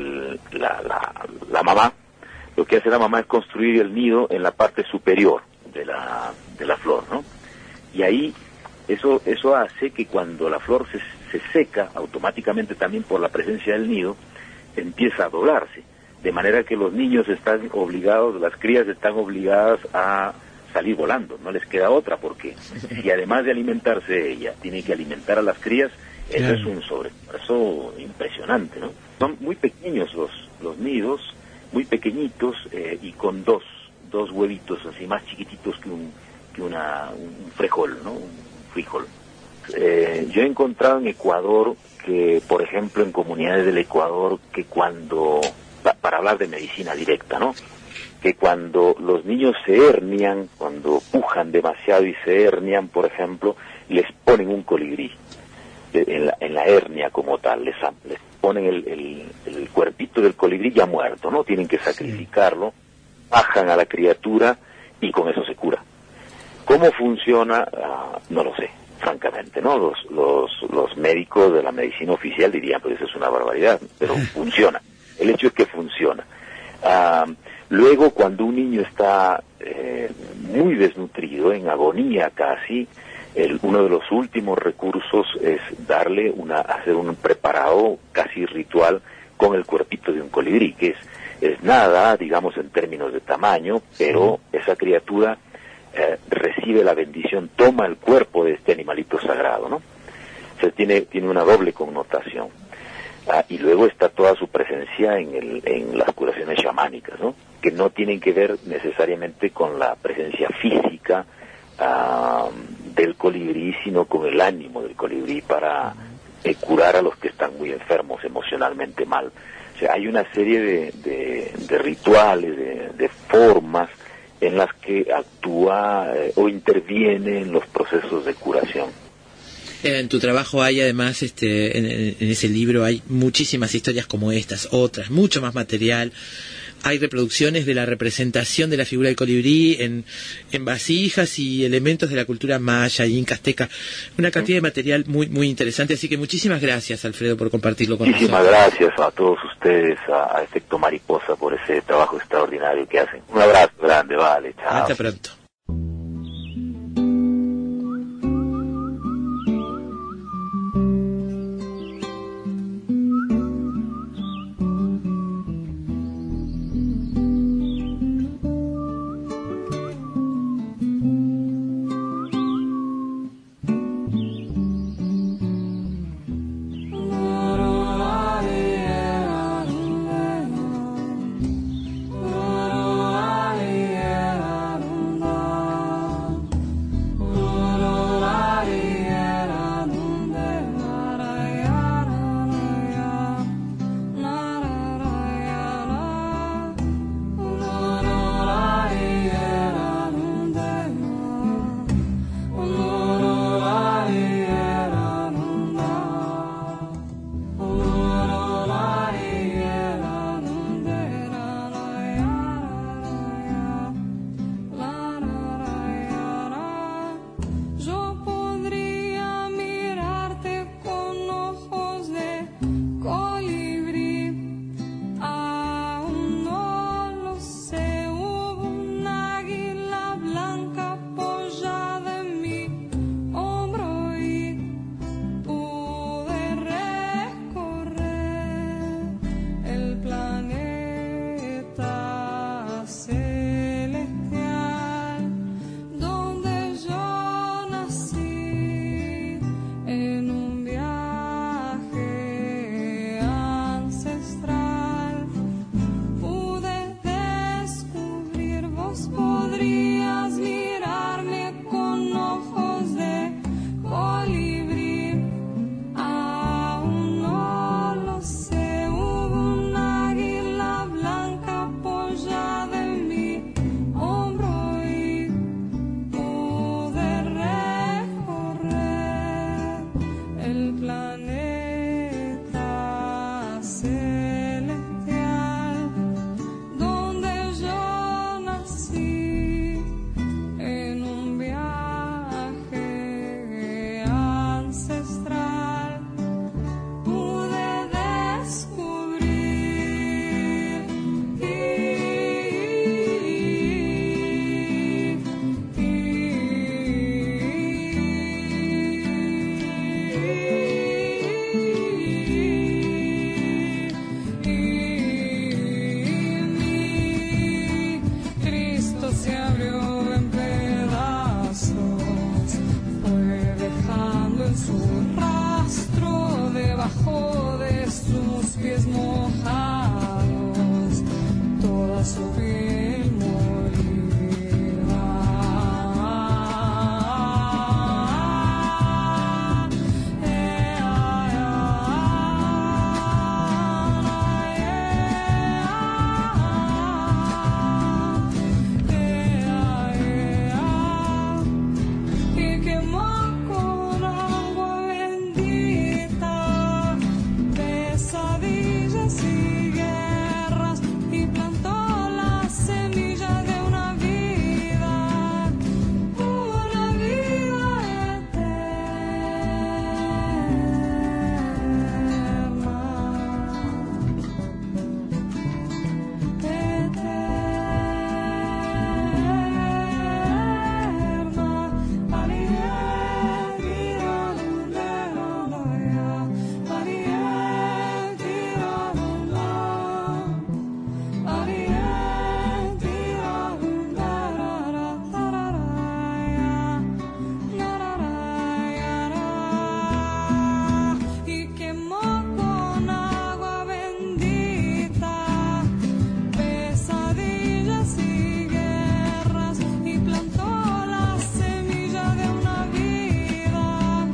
Speaker 10: la mamá, es construir el nido en la parte superior de la flor, ¿no? Y ahí eso hace que cuando la flor se seca, automáticamente también por la presencia del nido, empieza a doblarse, de manera que los niños están obligados, las crías están obligadas a salir volando, no les queda otra, porque si además de alimentarse ella tiene que alimentar a las crías, eso es un sobreesfuerzo impresionante, ¿no? Son muy pequeños los nidos, muy pequeñitos, y con dos huevitos así más chiquititos que un frijol, ¿no? Un frijol. Yo he encontrado en Ecuador que, por ejemplo, en comunidades del Ecuador, que para hablar de medicina directa, ¿no? Que cuando los niños se hernian, cuando pujan demasiado y se hernian, por ejemplo, les ponen un colibrí en la hernia como tal, les ponen el cuerpito del colibrí ya muerto, ¿no? Tienen que sacrificarlo, bajan a la criatura y con eso se cura. ¿Cómo funciona? No lo sé, francamente, ¿no? Los médicos de la medicina oficial dirían, pues eso es una barbaridad, pero funciona. El hecho es que funciona. Luego, cuando un niño está muy desnutrido, en agonía casi, uno de los últimos recursos es hacer un preparado casi ritual con el cuerpito de un colibrí, que es nada, digamos, en términos de tamaño, pero esa criatura recibe la bendición, toma el cuerpo de este animalito sagrado, ¿no? O sea, tiene una doble connotación. Y luego está toda su presencia en las curaciones chamánicas, ¿no? Que no tienen que ver necesariamente con la presencia física del colibrí, sino con el ánimo del colibrí para curar a los que están muy enfermos, emocionalmente mal. O sea, hay una serie de rituales, de formas en las que actúa o interviene en los procesos de curación.
Speaker 2: En tu trabajo hay además, en ese libro hay muchísimas historias como estas, otras, mucho más material. Hay reproducciones de la representación de la figura del colibrí en vasijas y elementos de la cultura maya y inca azteca. Una cantidad de material muy muy interesante, así que muchísimas gracias, Alfredo, por compartirlo con nosotros.
Speaker 10: Muchísimas gracias a todos ustedes, a Efecto Mariposa, por ese trabajo extraordinario que hacen. Un abrazo grande, vale, chao.
Speaker 2: Hasta pronto.
Speaker 11: debajo de sus pies mojados, toda su piel molida. Y quemó con agua bendita pesadillas y guerras, y plantó la semilla de una vida y quemó con agua bendita pesadillas y guerras, y plantó la semilla de una vida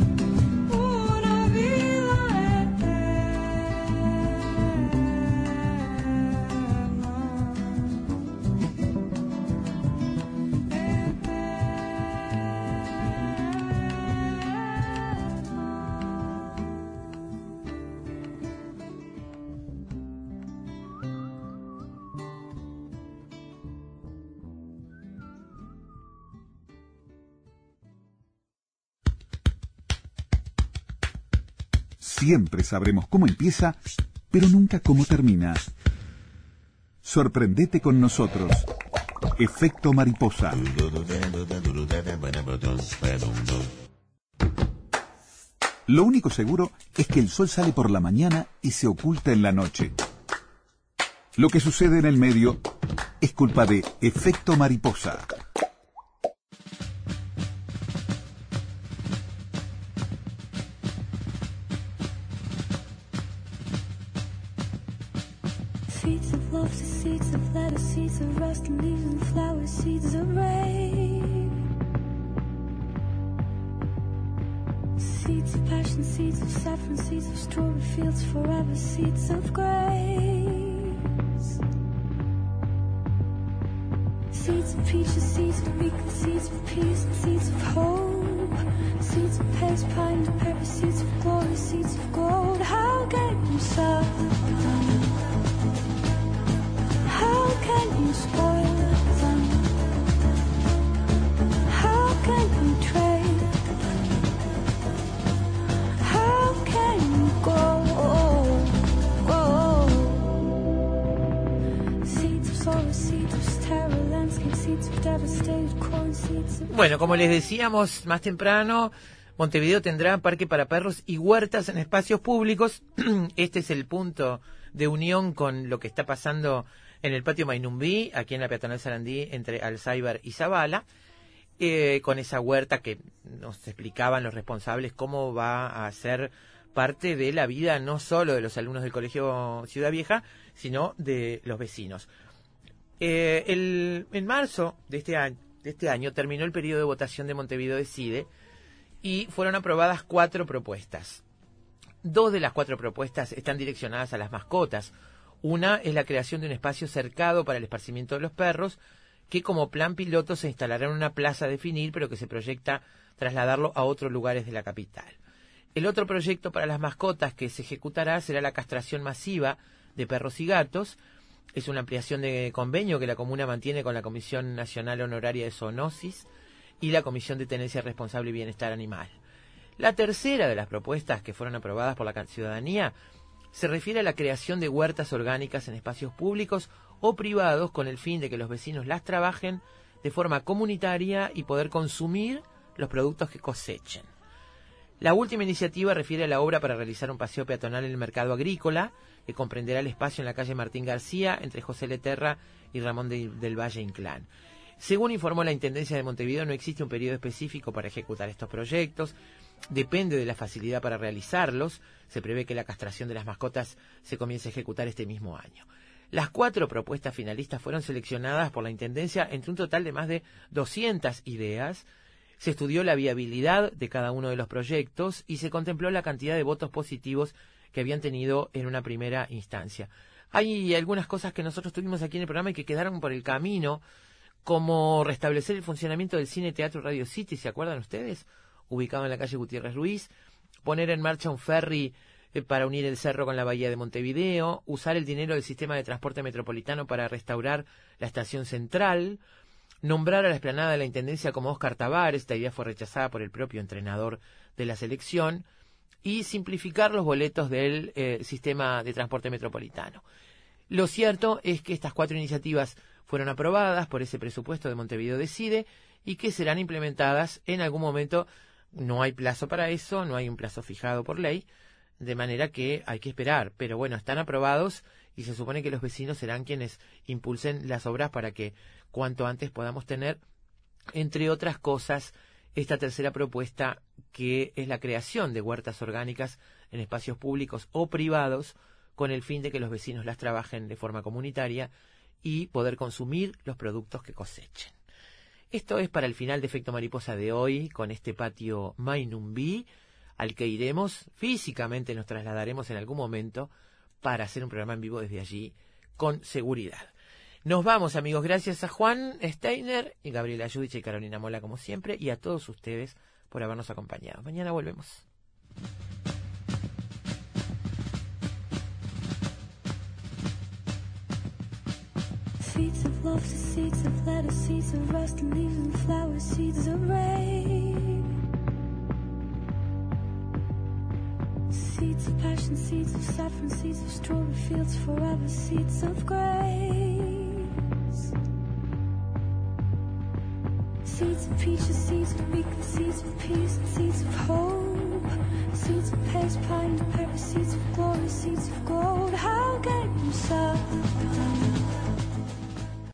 Speaker 1: Siempre sabremos cómo empieza, pero nunca cómo termina. Sorprendete con nosotros. Efecto mariposa. Lo único seguro es que el sol sale por la mañana y se oculta en la noche. Lo que sucede en el medio es culpa de Efecto mariposa.
Speaker 11: Seeds of love, seeds of lettuce, seeds of rust and leaves and flowers, seeds of rain. Seeds of passion, seeds of saffron, seeds of strawberry fields forever, seeds of grace. Seeds of peaches, seeds of weakness, seeds of peace, and seeds of hope. Seeds of pace, pine, and pepper, seeds of glory, seeds of gold. How can you sow? How can you spoil them? How can you trade? How can you go? Seeds of sorrow, seeds of terror, landscape, seeds of devastated corn, seeds of...
Speaker 2: Bueno, como les decíamos más temprano, Montevideo tendrá parque para perros y huertas en espacios públicos. Este es el punto de unión con lo que está pasando en el patio Mainumbí, aquí en la peatonal Sarandí, entre Alzheimer y Zabala, con esa huerta que nos explicaban los responsables cómo va a ser parte de la vida no solo de los alumnos del Colegio Ciudad Vieja, sino de los vecinos. En marzo de este año terminó el periodo de votación de Montevideo Decide y fueron aprobadas 4 propuestas. 2 de las 4 propuestas están direccionadas a las mascotas. Una es la creación de un espacio cercado para el esparcimiento de los perros, que como plan piloto se instalará en una plaza a definir, pero que se proyecta trasladarlo a otros lugares de la capital. El otro proyecto para las mascotas que se ejecutará será la castración masiva de perros y gatos. Es una ampliación de convenio que la comuna mantiene con la Comisión Nacional Honoraria de Zoonosis y la Comisión de Tenencia Responsable y Bienestar Animal. La tercera de las propuestas que fueron aprobadas por la ciudadanía se refiere a la creación de huertas orgánicas en espacios públicos o privados con el fin de que los vecinos las trabajen de forma comunitaria y poder consumir los productos que cosechen. La última iniciativa refiere a la obra para realizar un paseo peatonal en el mercado agrícola, que comprenderá el espacio en la calle Martín García, entre José Leterra y Ramón del Valle Inclán. Según informó la Intendencia de Montevideo, no existe un periodo específico para ejecutar estos proyectos. depende de la facilidad para realizarlos. Se prevé que la castración de las mascotas se comience a ejecutar este mismo año. Las 4 propuestas finalistas fueron seleccionadas por la Intendencia entre un total de más de 200 ideas. Se estudió la viabilidad de cada uno de los proyectos y se contempló la cantidad de votos positivos que habían tenido en una primera instancia. Hay algunas cosas que nosotros tuvimos aquí en el programa y que quedaron por el camino, como restablecer el funcionamiento del Cine Teatro Radio City, ¿se acuerdan ustedes? Ubicado en la calle Gutiérrez Ruiz, poner en marcha un ferry para unir el cerro con la bahía de Montevideo, usar el dinero del sistema de transporte metropolitano para restaurar la estación central, nombrar a la explanada de la Intendencia como Óscar Tavares, esta idea fue rechazada por el propio entrenador de la selección, y simplificar los boletos del sistema de transporte metropolitano. Lo cierto es que estas 4 iniciativas fueron aprobadas por ese presupuesto de Montevideo Decide y que serán implementadas en algún momento. No hay plazo para eso, no hay un plazo fijado por ley, de manera que hay que esperar. Pero bueno, están aprobados y se supone que los vecinos serán quienes impulsen las obras para que cuanto antes podamos tener, entre otras cosas, esta tercera propuesta, que es la creación de huertas orgánicas en espacios públicos o privados, con el fin de que los vecinos las trabajen de forma comunitaria y poder consumir los productos que cosechen. Esto es para el final de Efecto Mariposa de hoy, con este patio Mainumbi, al que iremos, físicamente nos trasladaremos en algún momento para hacer un programa en vivo desde allí, con seguridad. Nos vamos, amigos, gracias a Juan Steiner y Gabriela Yudicha y Carolina Mola, como siempre, y a todos ustedes por habernos acompañado. Mañana volvemos.
Speaker 11: Seeds of love to seeds of lettuce, seeds of rust and leaves and flowers, seeds of rain. Seeds of passion, seeds of saffron, seeds of strawberry fields forever, seeds of grace. Seeds of peaches, seeds of weakness, seeds of peace, and seeds